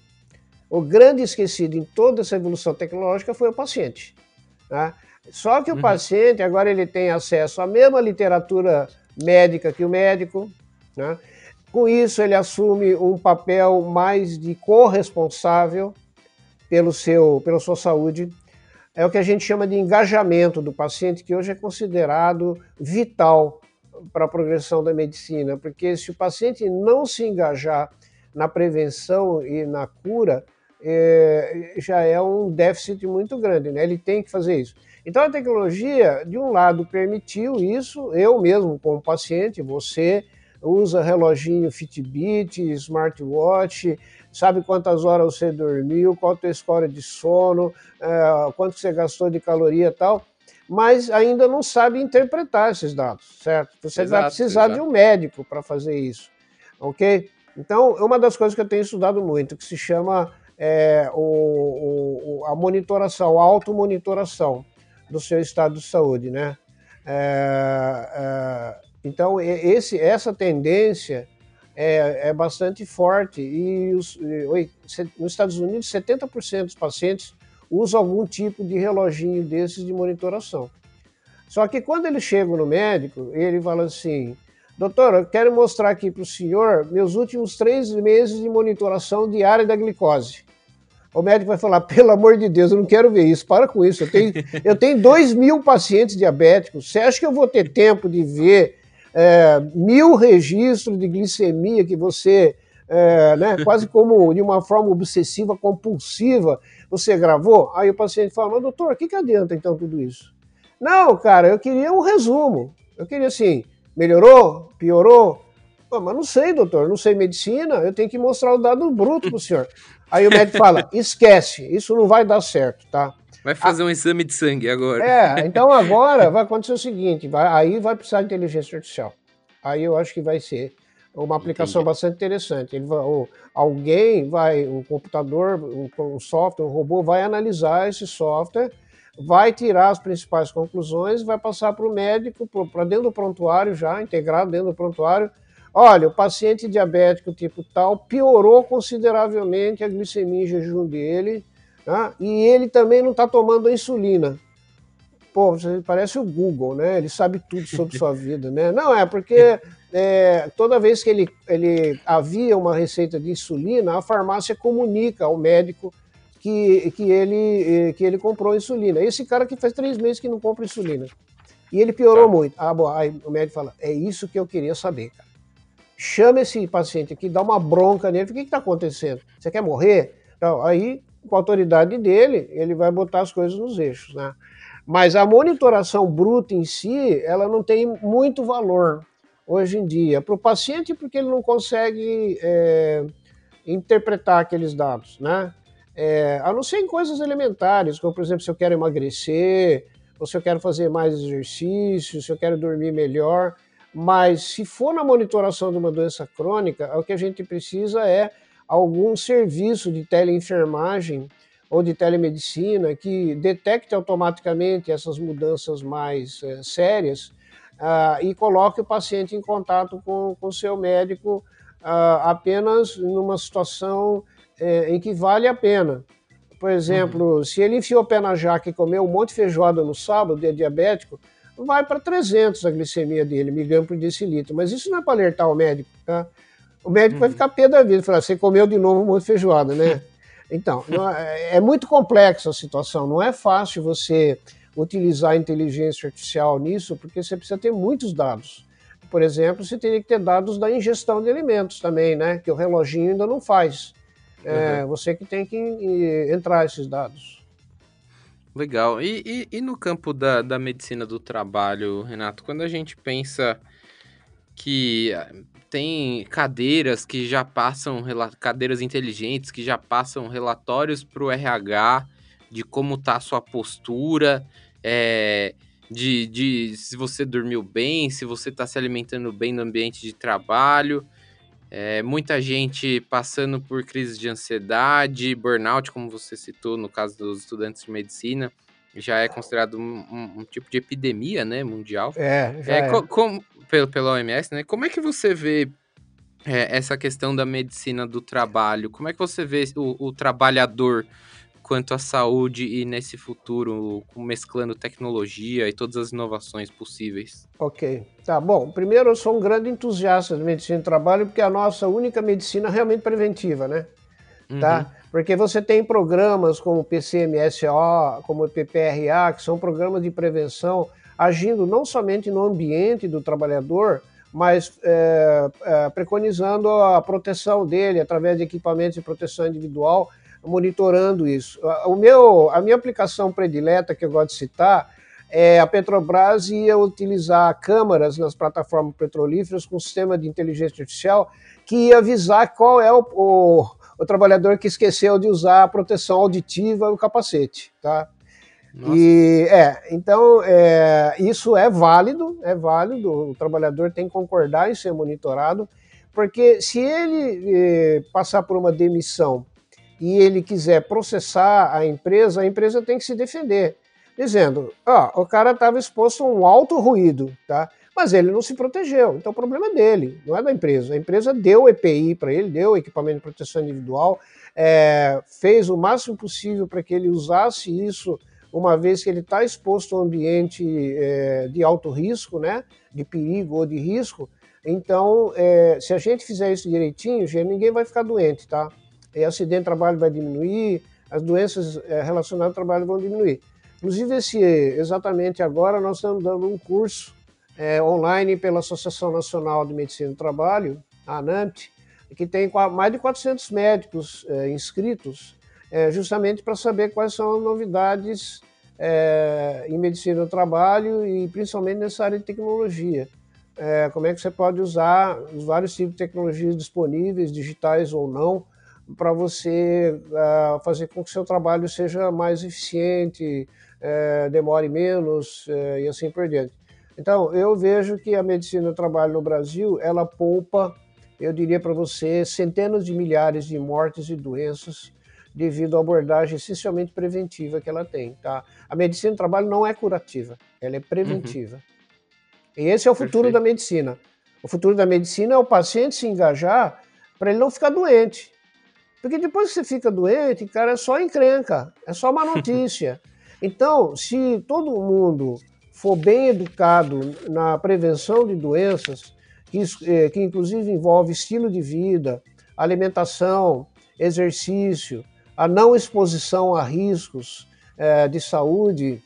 em toda essa evolução tecnológica foi o paciente, né? Só que o paciente, agora ele tem acesso à mesma literatura médica que o médico, né? Com isso ele assume um papel mais de corresponsável pela sua saúde. É o que a gente chama de engajamento do paciente, que hoje é considerado vital para a progressão da medicina, porque se o paciente não se engajar na prevenção e na cura, já é um déficit muito grande, né? Ele tem que fazer isso. Então a tecnologia, de um lado, permitiu isso, eu mesmo como paciente, você usa reloginho Fitbit, smartwatch, sabe quantas horas você dormiu, qual a tua score de sono, quanto você gastou de caloria e tal, mas ainda não sabe interpretar esses dados, certo? Você vai precisar de um médico para fazer isso, ok? Então, é uma das coisas que eu tenho estudado muito, que se chama a monitoração, a automonitoração do seu estado de saúde, né? Então, essa tendência é bastante forte e nos Estados Unidos, 70% dos pacientes usam algum tipo de reloginho desses de monitoração. Só que quando eles chegam no médico, ele fala assim: doutor, eu quero mostrar aqui para o senhor meus últimos 3 meses de monitoração diária da glicose. O médico vai falar: pelo amor de Deus, eu não quero ver isso, para com isso. Eu tenho 2.000 pacientes diabéticos, você acha que eu vou ter tempo de ver 1.000 registros de glicemia que você, né, quase como de uma forma obsessiva, compulsiva, você gravou? Aí o paciente fala: mas doutor, o que adianta então tudo isso? Não, cara, eu queria um resumo. Eu queria assim: melhorou? Piorou? Mas não sei, doutor, não sei medicina, eu tenho que mostrar o dado bruto para o senhor. Aí o médico fala: esquece, isso não vai dar certo, tá?
Vai fazer um exame de sangue agora.
Então agora vai acontecer o seguinte, aí vai precisar de inteligência artificial. Aí eu acho que vai ser uma aplicação bastante interessante. Um computador, um software, um robô vai analisar esse software, vai tirar as principais conclusões, vai passar para o médico, para dentro do prontuário já, integrado dentro do prontuário. Olha, o paciente diabético tipo tal piorou consideravelmente a glicemia em jejum dele, tá? E ele também não está tomando a insulina. Pô, você parece o Google, né? Ele sabe tudo sobre sua vida, né? Não, porque toda vez que ele havia uma receita de insulina, a farmácia comunica ao médico que ele comprou insulina. Esse cara que faz 3 meses que não compra insulina. E ele piorou muito. Bom, aí o médico fala: é isso que eu queria saber, cara. Chama esse paciente aqui, dá uma bronca nele. O que está acontecendo? Você quer morrer? Então, aí, com a autoridade dele, ele vai botar as coisas nos eixos, né? Mas a monitoração bruta em si, ela não tem muito valor hoje em dia. Para o paciente, porque ele não consegue interpretar aqueles dados, né? A não ser em coisas elementares, como, por exemplo, se eu quero emagrecer, ou se eu quero fazer mais exercício, se eu quero dormir melhor. Mas se for na monitoração de uma doença crônica, o que a gente precisa é algum serviço de teleenfermagem ou de telemedicina que detecte automaticamente essas mudanças mais sérias e coloque o paciente em contato com o seu médico apenas numa situação em que vale a pena. Por exemplo, se ele enfiou o pé na jaca e comeu um monte de feijoada no sábado, é diabético, vai para 300 a glicemia dele, miligramas por decilitro. Mas isso não é para alertar o médico, tá? O médico vai ficar pé da vida, falar, você comeu de novo um monte de feijoada, né? Então, é muito complexa a situação, não é fácil você utilizar a inteligência artificial nisso, porque você precisa ter muitos dados. Por exemplo, você teria que ter dados da ingestão de alimentos também, né? Que o reloginho ainda não faz. Você que tem que entrar esses dados.
Legal. E no campo da medicina do trabalho, Renato, quando a gente pensa que tem cadeiras que já passam, cadeiras inteligentes que já passam relatórios para o RH de como está a sua postura, de se você dormiu bem, se você está se alimentando bem no ambiente de trabalho. Muita gente passando por crises de ansiedade, burnout, como você citou no caso dos estudantes de medicina, já é considerado um tipo de epidemia, né, mundial.
Já é.
Pela OMS, né? Como é que você vê essa questão da medicina do trabalho? Como é que você vê o trabalhador quanto à saúde e nesse futuro, mesclando tecnologia e todas as inovações possíveis?
Ok, tá bom. Primeiro, eu sou um grande entusiasta de medicina do trabalho, porque é a nossa única medicina realmente preventiva, né? Tá? Porque você tem programas como o PCMSO, como o PPRA, que são programas de prevenção, agindo não somente no ambiente do trabalhador, mas preconizando a proteção dele através de equipamentos de proteção individual, monitorando isso. A minha aplicação predileta, que eu gosto de citar, a Petrobras ia utilizar câmaras nas plataformas petrolíferas com um sistema de inteligência artificial que ia avisar qual é o trabalhador que esqueceu de usar a proteção auditiva no capacete, tá? Nossa. Então, isso é válido, o trabalhador tem que concordar em ser monitorado, porque se ele passar por uma demissão e ele quiser processar a empresa tem que se defender, dizendo, o cara estava exposto a um alto ruído, tá? Mas ele não se protegeu, então o problema é dele, não é da empresa. A empresa deu EPI para ele, deu equipamento de proteção individual, fez o máximo possível para que ele usasse isso, uma vez que ele está exposto a um ambiente de alto risco, né, de perigo ou de risco. Então, se a gente fizer isso direitinho, ninguém vai ficar doente, tá? Acidente de trabalho vai diminuir, as doenças relacionadas ao trabalho vão diminuir. Inclusive, exatamente agora, nós estamos dando um curso online pela Associação Nacional de Medicina do Trabalho, a ANAMT, que tem mais de 400 médicos inscritos, justamente para saber quais são as novidades em medicina do trabalho e principalmente nessa área de tecnologia. Como é que você pode usar os vários tipos de tecnologias disponíveis, digitais ou não, para você fazer com que o seu trabalho seja mais eficiente, demore menos e assim por diante. Então, eu vejo que a medicina do trabalho no Brasil, ela poupa, eu diria para você, centenas de milhares de mortes e doenças devido à abordagem essencialmente preventiva que ela tem, tá? A medicina do trabalho não é curativa, ela é preventiva. E esse é o futuro da medicina. O futuro da medicina é o paciente se engajar para ele não ficar doente. Porque depois que você fica doente, cara, é só encrenca, é só má notícia. Então, se todo mundo for bem educado na prevenção de doenças, que inclusive envolve estilo de vida, alimentação, exercício, a não exposição a riscos de saúde,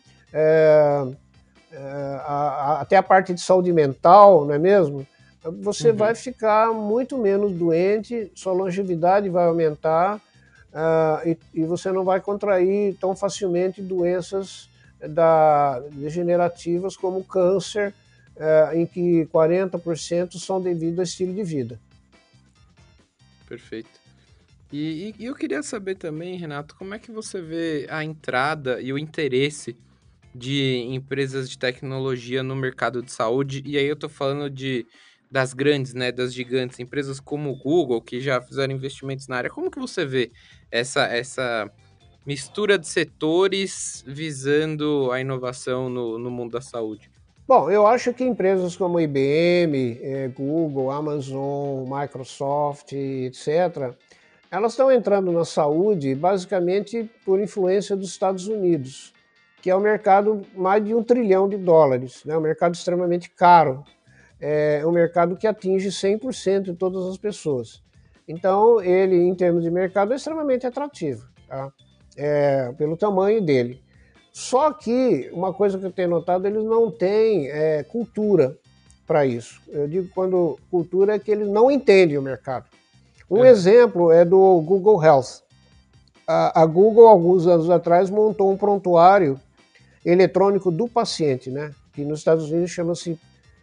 até a parte de saúde mental, não é mesmo? Você vai ficar muito menos doente, sua longevidade vai aumentar e você não vai contrair tão facilmente doenças degenerativas como câncer, em que 40% são devido ao estilo de vida.
Perfeito. E eu queria saber também, Renato, como é que você vê a entrada e o interesse de empresas de tecnologia no mercado de saúde? E aí eu tô falando das grandes, né, das gigantes, empresas como o Google, que já fizeram investimentos na área. Como que você vê essa mistura de setores visando a inovação no mundo da saúde?
Bom, eu acho que empresas como IBM, Google, Amazon, Microsoft, etc., elas estão entrando na saúde basicamente por influência dos Estados Unidos, que é um mercado mais de $1 trilhão, né? Um mercado extremamente caro, é um mercado que atinge 100% de todas as pessoas. Então, ele, em termos de mercado, é extremamente atrativo, tá? Pelo tamanho dele. Só que, uma coisa que eu tenho notado, eles não têm cultura para isso. Eu digo quando cultura é que eles não entendem o mercado. Um exemplo é do Google Health. A Google, alguns anos atrás, montou um prontuário eletrônico do paciente, né? Que nos Estados Unidos chama-se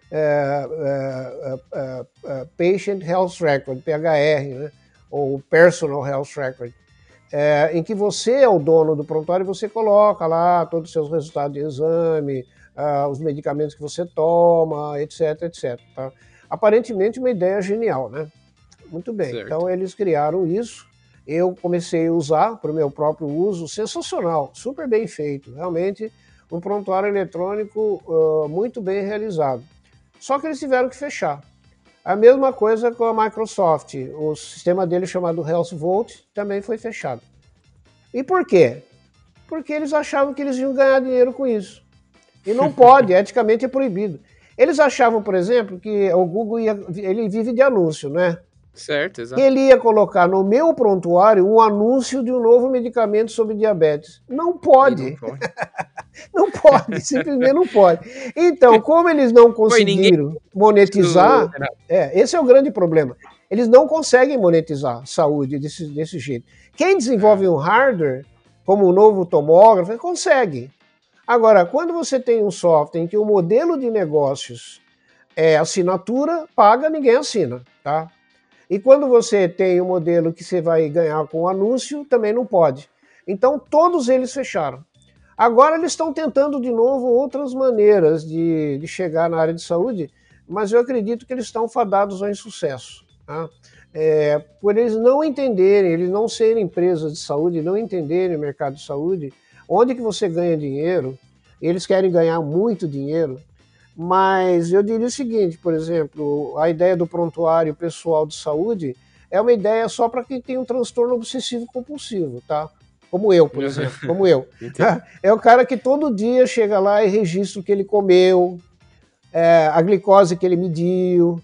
Patient Health Record, PHR, né? Ou Personal Health Record. Em que você é o dono do prontuário e você coloca lá todos os seus resultados de exame, os medicamentos que você toma, etc, etc. Tá? Aparentemente uma ideia genial, né? Muito bem, certo. Então eles criaram isso, eu comecei a usar para o meu próprio uso, sensacional, super bem feito, realmente um prontuário eletrônico muito bem realizado. Só que eles tiveram que fechar. A mesma coisa com a Microsoft, o sistema dele chamado Health Vault também foi fechado. E por quê? Porque eles achavam que eles iam ganhar dinheiro com isso. E não pode, eticamente é proibido. Eles achavam, por exemplo, que o Google ele vive de anúncio, né?
Certo, exato.
Ele ia colocar no meu prontuário um anúncio de um novo medicamento sobre diabetes. Não pode. Não pode, simplesmente não pode. Então, como eles não conseguiram monetizar, esse é o grande problema. Eles não conseguem monetizar saúde desse jeito. Quem desenvolve um hardware, como o novo tomógrafo, consegue. Agora, quando você tem um software em que o modelo de negócios é assinatura, paga, ninguém assina, tá? E quando você tem um modelo que você vai ganhar com anúncio, também não pode. Então, todos eles fecharam. Agora eles estão tentando de novo outras maneiras de chegar na área de saúde, mas eu acredito que eles estão fadados ao insucesso. Tá? Por eles não entenderem, eles não serem empresas de saúde, não entenderem o mercado de saúde, onde que você ganha dinheiro, eles querem ganhar muito dinheiro, mas eu diria o seguinte, por exemplo, a ideia do prontuário pessoal de saúde é uma ideia só para quem tem um transtorno obsessivo compulsivo, tá? Como eu, por exemplo, como eu. É o cara que todo dia chega lá e registra o que ele comeu, a glicose que ele mediu,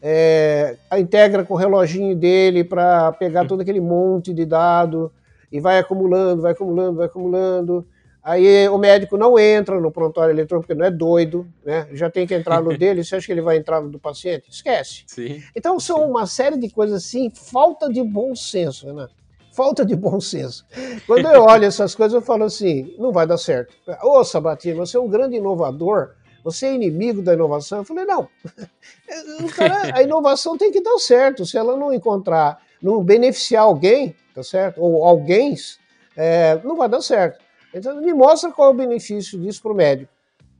integra com o reloginho dele para pegar todo aquele monte de dado e vai acumulando, vai acumulando, vai acumulando. Aí o médico não entra no prontuário eletrônico porque não é doido, né? Já tem que entrar no dele, você acha que ele vai entrar no do paciente? Esquece.
Sim,
então são uma série de coisas assim, falta de bom senso, né? Falta de bom senso. Quando eu olho essas coisas, eu falo assim, não vai dar certo. Ô, Sabatini, você é um grande inovador, você é inimigo da inovação. Eu falei, não, a inovação tem que dar certo. Se ela não encontrar, não beneficiar alguém, tá certo? Ou alguém, não vai dar certo. Então, me mostra qual é o benefício disso para o médico.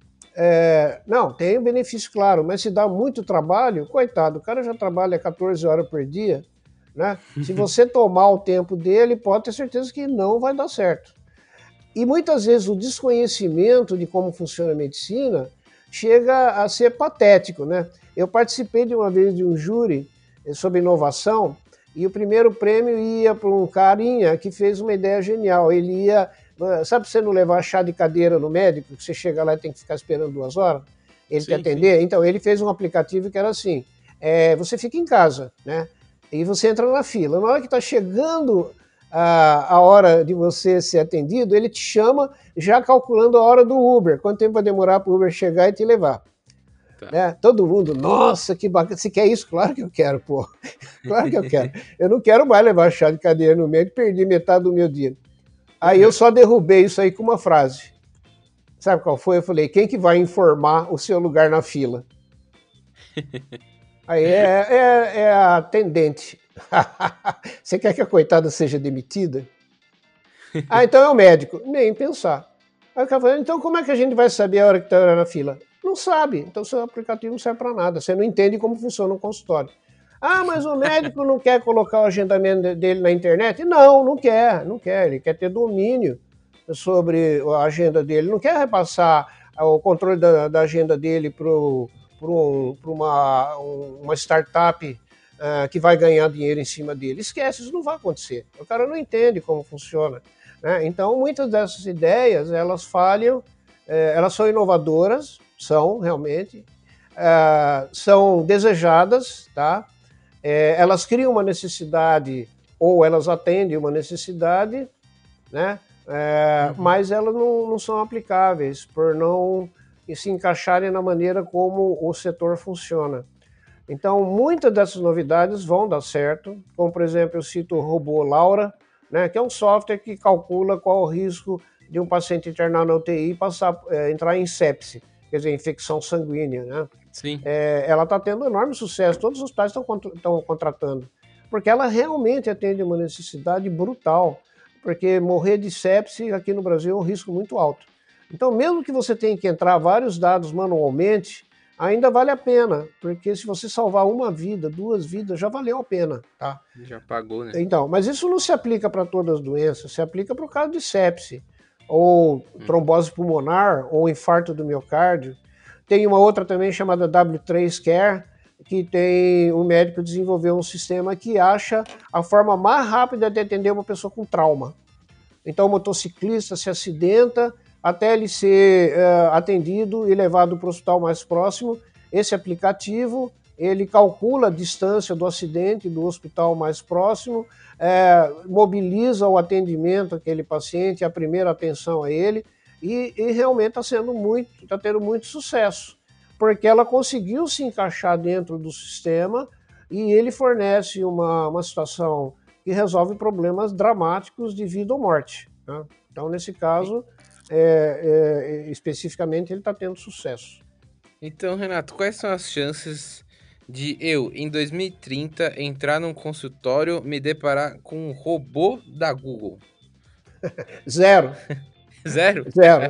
Não, tem um benefício, claro, mas se dá muito trabalho, coitado, o cara já trabalha 14 horas por dia, né? Se você tomar o tempo dele, pode ter certeza que não vai dar certo. E muitas vezes o desconhecimento de como funciona a medicina chega a ser patético, né? Eu participei de uma vez de um júri sobre inovação e o primeiro prêmio ia para um carinha que fez uma ideia genial. Ele ia, sabe, você não levar chá de cadeira no médico, que você chega lá e tem que ficar esperando 2 horas, ele te atender? Sim. Então ele fez um aplicativo que era assim, você fica em casa, né? E você entra na fila. Na hora que está chegando a hora de você ser atendido, ele te chama já calculando a hora do Uber. Quanto tempo vai demorar para o Uber chegar e te levar? Tá. Né? Todo mundo, nossa, que bacana. Você quer isso? Claro que eu quero, pô. Claro que eu quero. Eu não quero mais levar chá de cadeira no médico e perdi metade do meu dia. Aí eu só derrubei isso aí com uma frase. Sabe qual foi? Eu falei, quem que vai informar o seu lugar na fila? Aí é a atendente. Você quer que a coitada seja demitida? Ah, então é o médico. Nem pensar. Aí o cara falou, então como é que a gente vai saber a hora que está na fila? Não sabe. Então seu aplicativo não serve para nada. Você não entende como funciona um consultório. Ah, mas o médico não quer colocar o agendamento dele na internet? Não, não quer. Ele quer ter domínio sobre a agenda dele. Não quer repassar o controle da agenda dele para uma startup que vai ganhar dinheiro em cima dele. Esquece, isso não vai acontecer. O cara não entende como funciona. Né? Então, muitas dessas ideias, elas falham, elas são inovadoras, são realmente, são desejadas, tá? Elas criam uma necessidade ou elas atendem uma necessidade, né? Mas elas não são aplicáveis por não se encaixarem na maneira como o setor funciona. Então, muitas dessas novidades vão dar certo, como, por exemplo, eu cito o robô Laura, né, que é um software que calcula qual o risco de um paciente internar na UTI e entrar em sepse, quer dizer, infecção sanguínea. Né?
Sim.
Ela está tendo enorme sucesso, todos os hospitais estão contratando, porque ela realmente atende uma necessidade brutal, porque morrer de sepse aqui no Brasil é um risco muito alto. Então, mesmo que você tenha que entrar vários dados manualmente, ainda vale a pena, porque se você salvar uma vida, 2 vidas, já valeu a pena, tá?
Já pagou, né?
Então, mas isso não se aplica para todas as doenças, se aplica para o caso de sepse, ou trombose pulmonar, ou infarto do miocárdio. Tem uma outra também chamada W3 Care, que o médico desenvolveu um sistema que acha a forma mais rápida de atender uma pessoa com trauma. Então, o motociclista se acidenta, até ele ser atendido e levado para o hospital mais próximo. Esse aplicativo, ele calcula a distância do acidente do hospital mais próximo, mobiliza o atendimento àquele paciente, a primeira atenção a ele, e realmente está tendo muito sucesso, porque ela conseguiu se encaixar dentro do sistema e ele fornece uma situação que resolve problemas dramáticos de vida ou morte. Né? Então, nesse caso, especificamente, ele está tendo sucesso.
Então, Renato, quais são as chances de eu, em 2030, entrar num consultório, me deparar com um robô da Google?
Zero.
Zero?
Zero.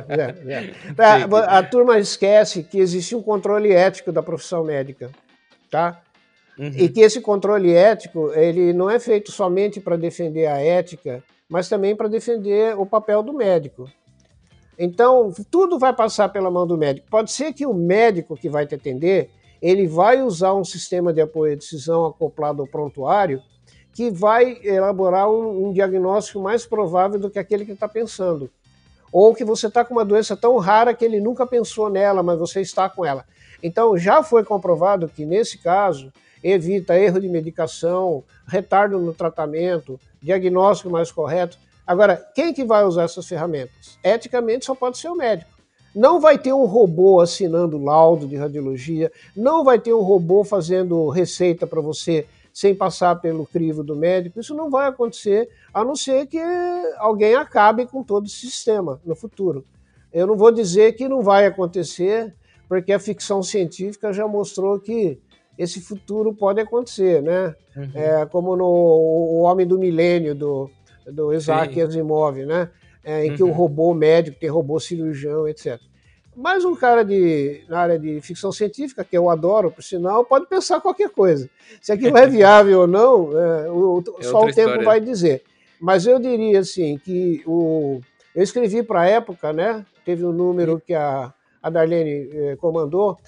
A turma esquece que existe um controle ético da profissão médica, tá? Uhum. E que esse controle ético, ele não é feito somente para defender a ética, mas também para defender o papel do médico. Então, tudo vai passar pela mão do médico. Pode ser que o médico que vai te atender, ele vai usar um sistema de apoio à decisão acoplado ao prontuário que vai elaborar um diagnóstico mais provável do que aquele que está pensando. Ou que você está com uma doença tão rara que ele nunca pensou nela, mas você está com ela. Então, já foi comprovado que, nesse caso, evita erro de medicação, retardo no tratamento, diagnóstico mais correto. Agora, quem que vai usar essas ferramentas? Eticamente, só pode ser o médico. Não vai ter um robô assinando laudo de radiologia, não vai ter um robô fazendo receita para você sem passar pelo crivo do médico. Isso não vai acontecer, a não ser que alguém acabe com todo esse sistema no futuro. Eu não vou dizer que não vai acontecer, porque a ficção científica já mostrou que esse futuro pode acontecer, né? Uhum. Como no O Homem do Milênio, do Isaac Asimov, né? Em que o robô médico tem robô cirurgião, etc. Mas um cara na área de ficção científica, que eu adoro, por sinal, pode pensar qualquer coisa. Se aquilo é viável ou não, só o tempo vai dizer. Mas eu diria assim, que eu escrevi para a época, né? Teve um número que a Darlene comandou,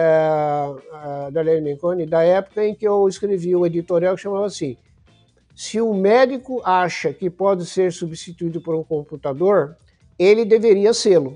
a Darlene Menconi, da época em que eu escrevi um editorial que chamava assim: se um médico acha que pode ser substituído por um computador, ele deveria sê-lo.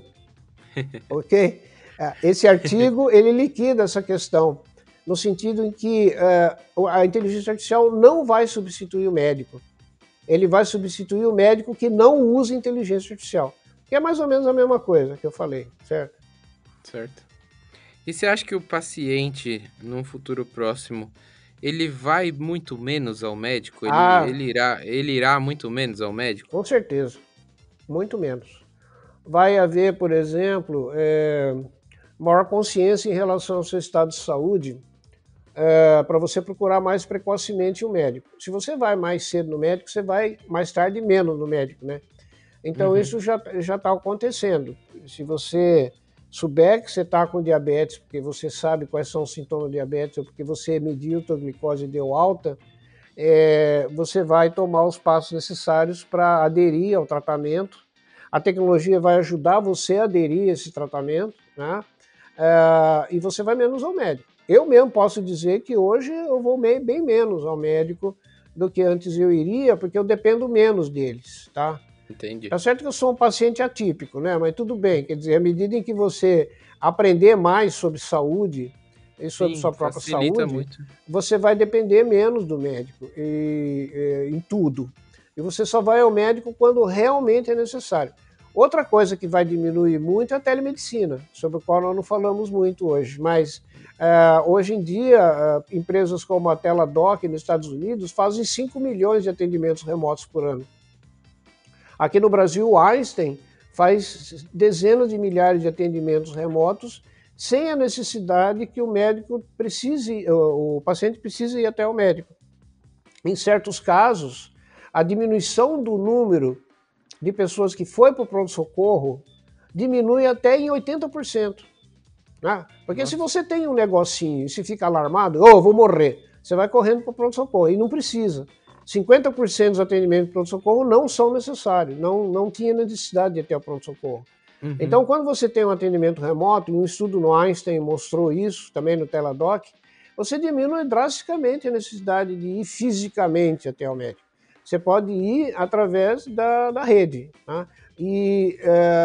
Ok? Esse artigo, ele liquida essa questão, no sentido em que a inteligência artificial não vai substituir o médico. Ele vai substituir o médico que não usa inteligência artificial. Que é mais ou menos a mesma coisa que eu falei, certo?
Certo. E você acha que o paciente, num futuro próximo, ele vai muito menos ao médico? Ele irá muito menos ao médico?
Com certeza. Muito menos. vai haver, por exemplo, maior consciência em relação ao seu estado de saúde, para você procurar mais precocemente o médico. Se você vai mais cedo no médico, você vai mais tarde menos no médico, né? Então isso já está acontecendo. Se você souber que você está com diabetes, porque você sabe quais são os sintomas de diabetes, ou porque você mediu a sua glicose e deu alta, você vai tomar os passos necessários para aderir ao tratamento. A tecnologia vai ajudar você a aderir a esse tratamento, né? E você vai menos ao médico. Eu mesmo posso dizer que hoje eu vou bem menos ao médico do que antes eu iria, porque eu dependo menos deles, tá?
Entendi.
Tá certo que eu sou um paciente atípico, né? Mas tudo bem, quer dizer, à medida em que você aprender mais sobre saúde e sobre
Sim,
sua própria
facilita
saúde,
muito.
você vai depender menos do médico em tudo. E você só vai ao médico quando realmente é necessário. Outra coisa que vai diminuir muito é a telemedicina, sobre a qual nós não falamos muito hoje, mas hoje em dia, empresas como a Teladoc nos Estados Unidos fazem 5 milhões de atendimentos remotos por ano. Aqui no Brasil, o Einstein faz dezenas de milhares de atendimentos remotos sem a necessidade que o médico precise, o paciente precise ir até o médico. Em certos casos, a diminuição do número de pessoas que foi para o pronto-socorro diminui até em 80%. Né? Porque se você tem um negocinho e se fica alarmado, eu vou morrer, você vai correndo para o pronto-socorro e não precisa. 50% dos atendimentos de pronto-socorro não são necessários, não tinha necessidade de ter o pronto-socorro. Então, quando você tem um atendimento remoto, e um estudo no Einstein mostrou isso, também no Teladoc, você diminui drasticamente a necessidade de ir fisicamente até o médico. Você pode ir através da rede. Né? E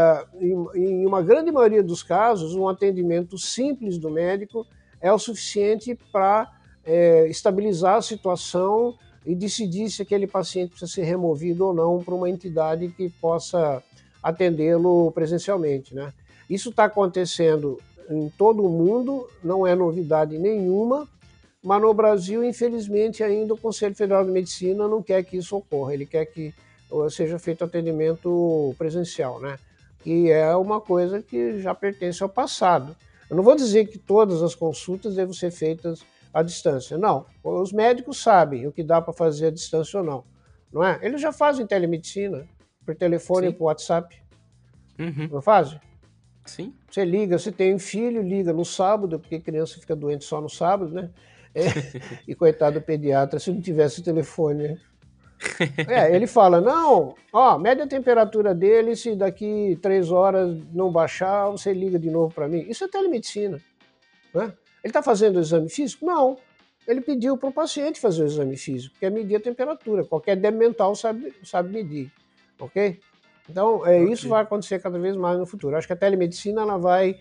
em uma grande maioria dos casos, um atendimento simples do médico é o suficiente para estabilizar a situação e decidir se aquele paciente precisa ser removido ou não para uma entidade que possa atendê-lo presencialmente. Né? Isso está acontecendo em todo o mundo, não é novidade nenhuma, mas no Brasil, infelizmente, ainda o Conselho Federal de Medicina não quer que isso ocorra, ele quer que seja feito atendimento presencial, né? E é uma coisa que já pertence ao passado. Eu não vou dizer que todas as consultas devem ser feitas à distância, não. Os médicos sabem o que dá para fazer à distância ou não, não é? Eles já fazem telemedicina, por telefone e por WhatsApp, não fazem?
Sim.
Você liga, você tem um filho, liga no sábado, porque criança fica doente só no sábado, né? E coitado do pediatra, se não tivesse o telefone, né? Ele fala, não, mede a temperatura dele, se daqui 3 horas não baixar, você liga de novo para mim. Isso é telemedicina, né? Ele está fazendo o exame físico? Não. Ele pediu para o paciente fazer o exame físico, que é medir a temperatura. Qualquer débil mental sabe medir, ok? Então, isso vai acontecer cada vez mais no futuro. Acho que a telemedicina ela vai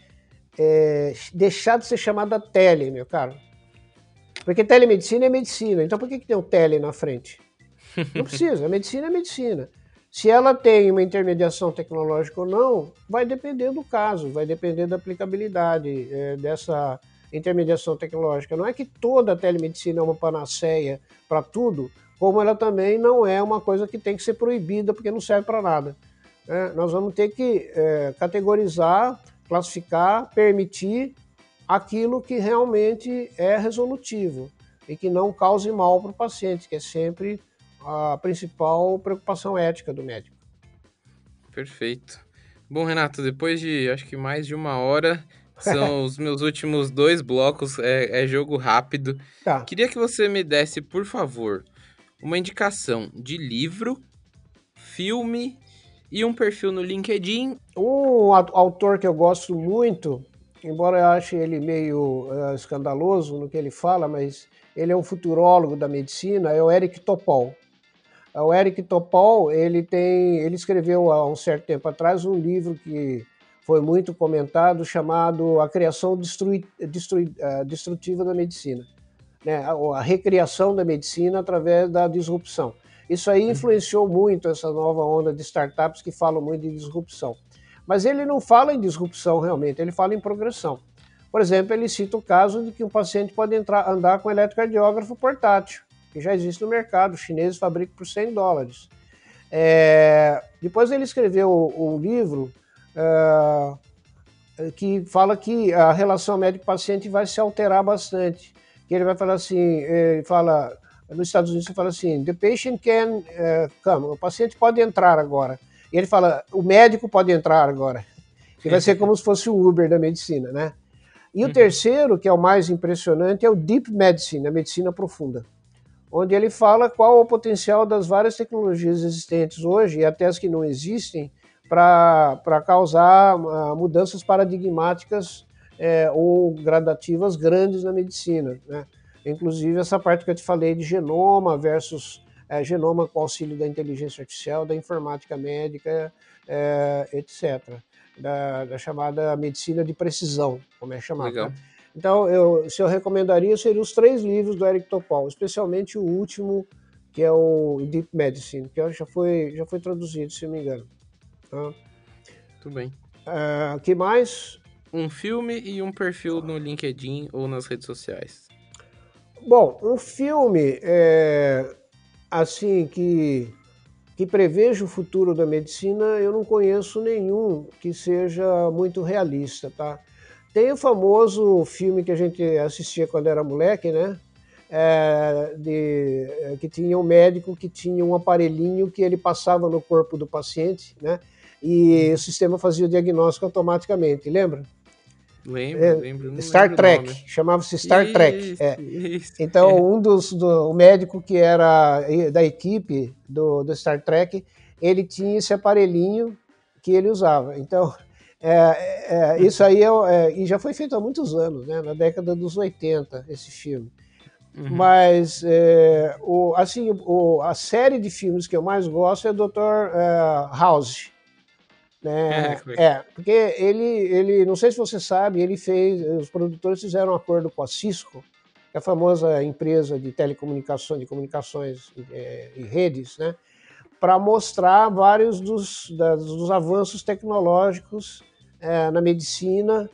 deixar de ser chamada tele, meu caro. Porque telemedicina é medicina. Então, por que tem o tele na frente? Não precisa. A medicina é medicina. Se ela tem uma intermediação tecnológica ou não, vai depender do caso, vai depender da aplicabilidade dessa intermediação tecnológica. Não é que toda a telemedicina é uma panaceia para tudo, como ela também não é uma coisa que tem que ser proibida porque não serve para nada. Nós vamos ter que categorizar, classificar, permitir aquilo que realmente é resolutivo e que não cause mal para o paciente, que é sempre a principal preocupação ética do médico.
Perfeito. Bom, Renato, depois de acho que mais de 1 hora, são os meus últimos 2 blocos, é jogo rápido.
Tá.
Queria que você me desse, por favor, uma indicação de livro, filme e um perfil no LinkedIn.
Um autor que eu gosto muito, embora eu ache ele meio escandaloso no que ele fala, mas ele é um futurólogo da medicina, é o Eric Topol. O Eric Topol, ele escreveu há um certo tempo atrás um livro que foi muito comentado, chamado A Criação Destrutiva da Medicina, né? A recriação da medicina através da disrupção. Isso aí influenciou muito essa nova onda de startups que falam muito de disrupção. Mas ele não fala em disrupção realmente, ele fala em progressão. Por exemplo, ele cita o caso de que um paciente pode andar com um eletrocardiógrafo portátil, que já existe no mercado, os chineses fabricam por $100. Depois ele escreveu um livro que fala que a relação médico-paciente vai se alterar bastante. Que ele vai falar assim, ele fala, nos Estados Unidos ele fala assim, the patient can come, o paciente pode entrar agora. E ele fala, o médico pode entrar agora. Que vai ser como se fosse o Uber da medicina, né? E o terceiro, que é o mais impressionante, é o Deep Medicine, a medicina profunda, onde ele fala qual o potencial das várias tecnologias existentes hoje, e até as que não existem, para causar mudanças paradigmáticas ou gradativas grandes na medicina, né? Inclusive essa parte que eu te falei de genoma versus genoma com auxílio da inteligência artificial, da informática médica, etc. Da chamada medicina de precisão, como é chamado.
Legal.
Né? Então, se eu recomendaria, seriam os 3 livros do Eric Topol, especialmente o último, que é o Deep Medicine, que já foi traduzido, se não me engano. Tá?
Tudo bem.
Que mais?
Um filme e um perfil no LinkedIn ou nas redes sociais.
Bom, um filme assim que preveja o futuro da medicina, eu não conheço nenhum que seja muito realista, tá? Tem o famoso filme que a gente assistia quando era moleque, né? Que tinha um médico que tinha um aparelhinho que ele passava no corpo do paciente, né? E o sistema fazia o diagnóstico automaticamente, lembra?
Lembro.
Star Trek, chamava-se Star Trek.
Isso.
Então, o médico que era da equipe do Star Trek, ele tinha esse aparelhinho que ele usava. Então, isso aí e já foi feito há muitos anos, né? Na década dos 80, esse filme. Uhum. Mas, a série de filmes que eu mais gosto é o Dr. House. Porque ele, não sei se você sabe, os produtores fizeram um acordo com a Cisco, que é a famosa empresa de telecomunicações, de comunicações e redes, né, para mostrar vários dos avanços tecnológicos na medicina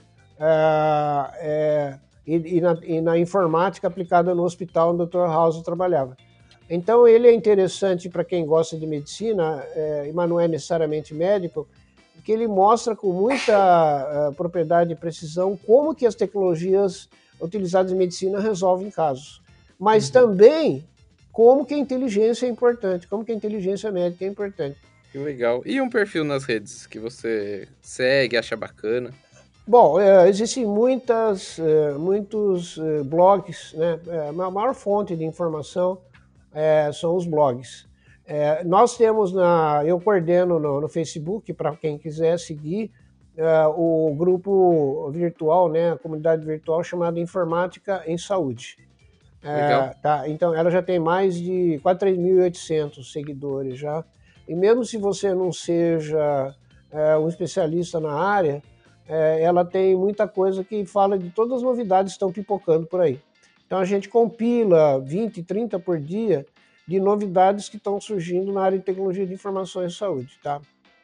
e na informática aplicada no hospital onde o Dr. House trabalhava. Então ele é interessante para quem gosta de medicina, mas não é necessariamente médico, que ele mostra com muita propriedade e precisão como que as tecnologias utilizadas em medicina resolvem casos. Mas também como que a inteligência é importante, como que a inteligência médica é importante.
Que legal. E um perfil nas redes que você segue, acha bacana?
Bom, existem muitos blogs, né? A maior fonte de informação são os blogs. Nós temos eu coordeno no Facebook, para quem quiser seguir, o grupo virtual, né, a comunidade virtual chamada Informática em Saúde.
Legal.
Tá? Então, ela já tem mais de quase 3.800 seguidores já. E mesmo se você não seja um especialista na área, ela tem muita coisa que fala de todas as novidades que estão pipocando por aí. Então, a gente compila 20, 30 por dia de novidades que estão surgindo na área de tecnologia de informação em saúde, tá?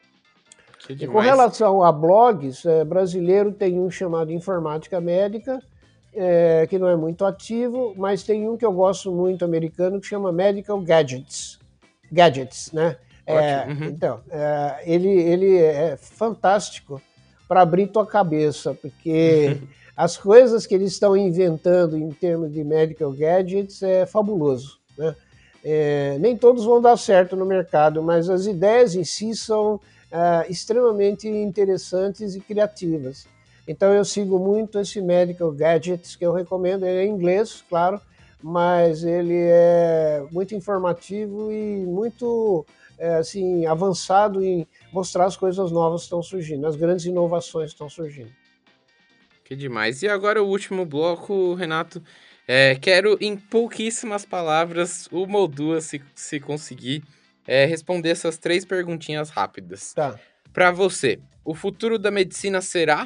E com relação a blogs, brasileiro tem um chamado Informática Médica, que não é muito ativo, mas tem um que eu gosto muito, americano, que chama Medical Gadgets, né? Então, ele é fantástico para abrir tua cabeça, porque as coisas que eles estão inventando em termos de medical gadgets é fabuloso, né? Nem todos vão dar certo no mercado, mas as ideias em si são extremamente interessantes e criativas. Então eu sigo muito esse Medical Gadgets que eu recomendo, ele é em inglês, claro, mas ele é muito informativo e muito assim, avançado em mostrar as coisas novas que estão surgindo, as grandes inovações que estão surgindo.
Que demais. E agora o último bloco, Renato. Quero, em pouquíssimas palavras, uma ou duas, se conseguir, responder essas 3 perguntinhas rápidas.
Tá.
Para você, o futuro da medicina será?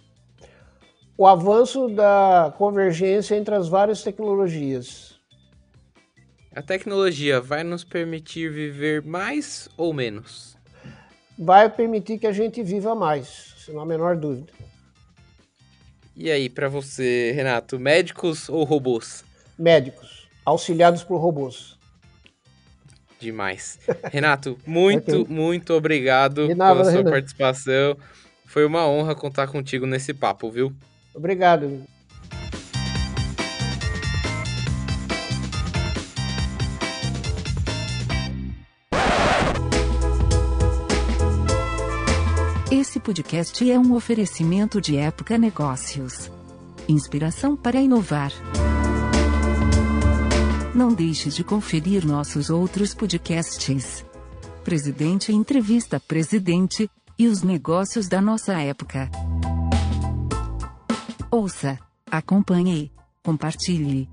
O avanço da convergência entre as várias tecnologias.
A tecnologia vai nos permitir viver mais ou menos?
Vai permitir que a gente viva mais, sem a menor dúvida.
E aí, para você, Renato, médicos ou robôs?
Médicos, auxiliados por robôs.
Demais. Renato, muito obrigado
De nada,
pela sua
Renan.
participação. Foi uma honra contar contigo nesse papo, viu?
Obrigado.
Esse podcast é um oferecimento de Época Negócios. Inspiração para inovar. Não deixe de conferir nossos outros podcasts. Presidente Entrevista Presidente e os negócios da nossa época. Ouça, acompanhe, compartilhe.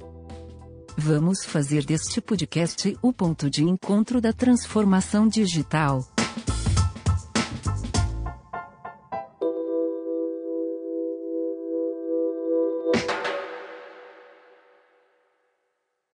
Vamos fazer deste podcast o ponto de encontro da transformação digital.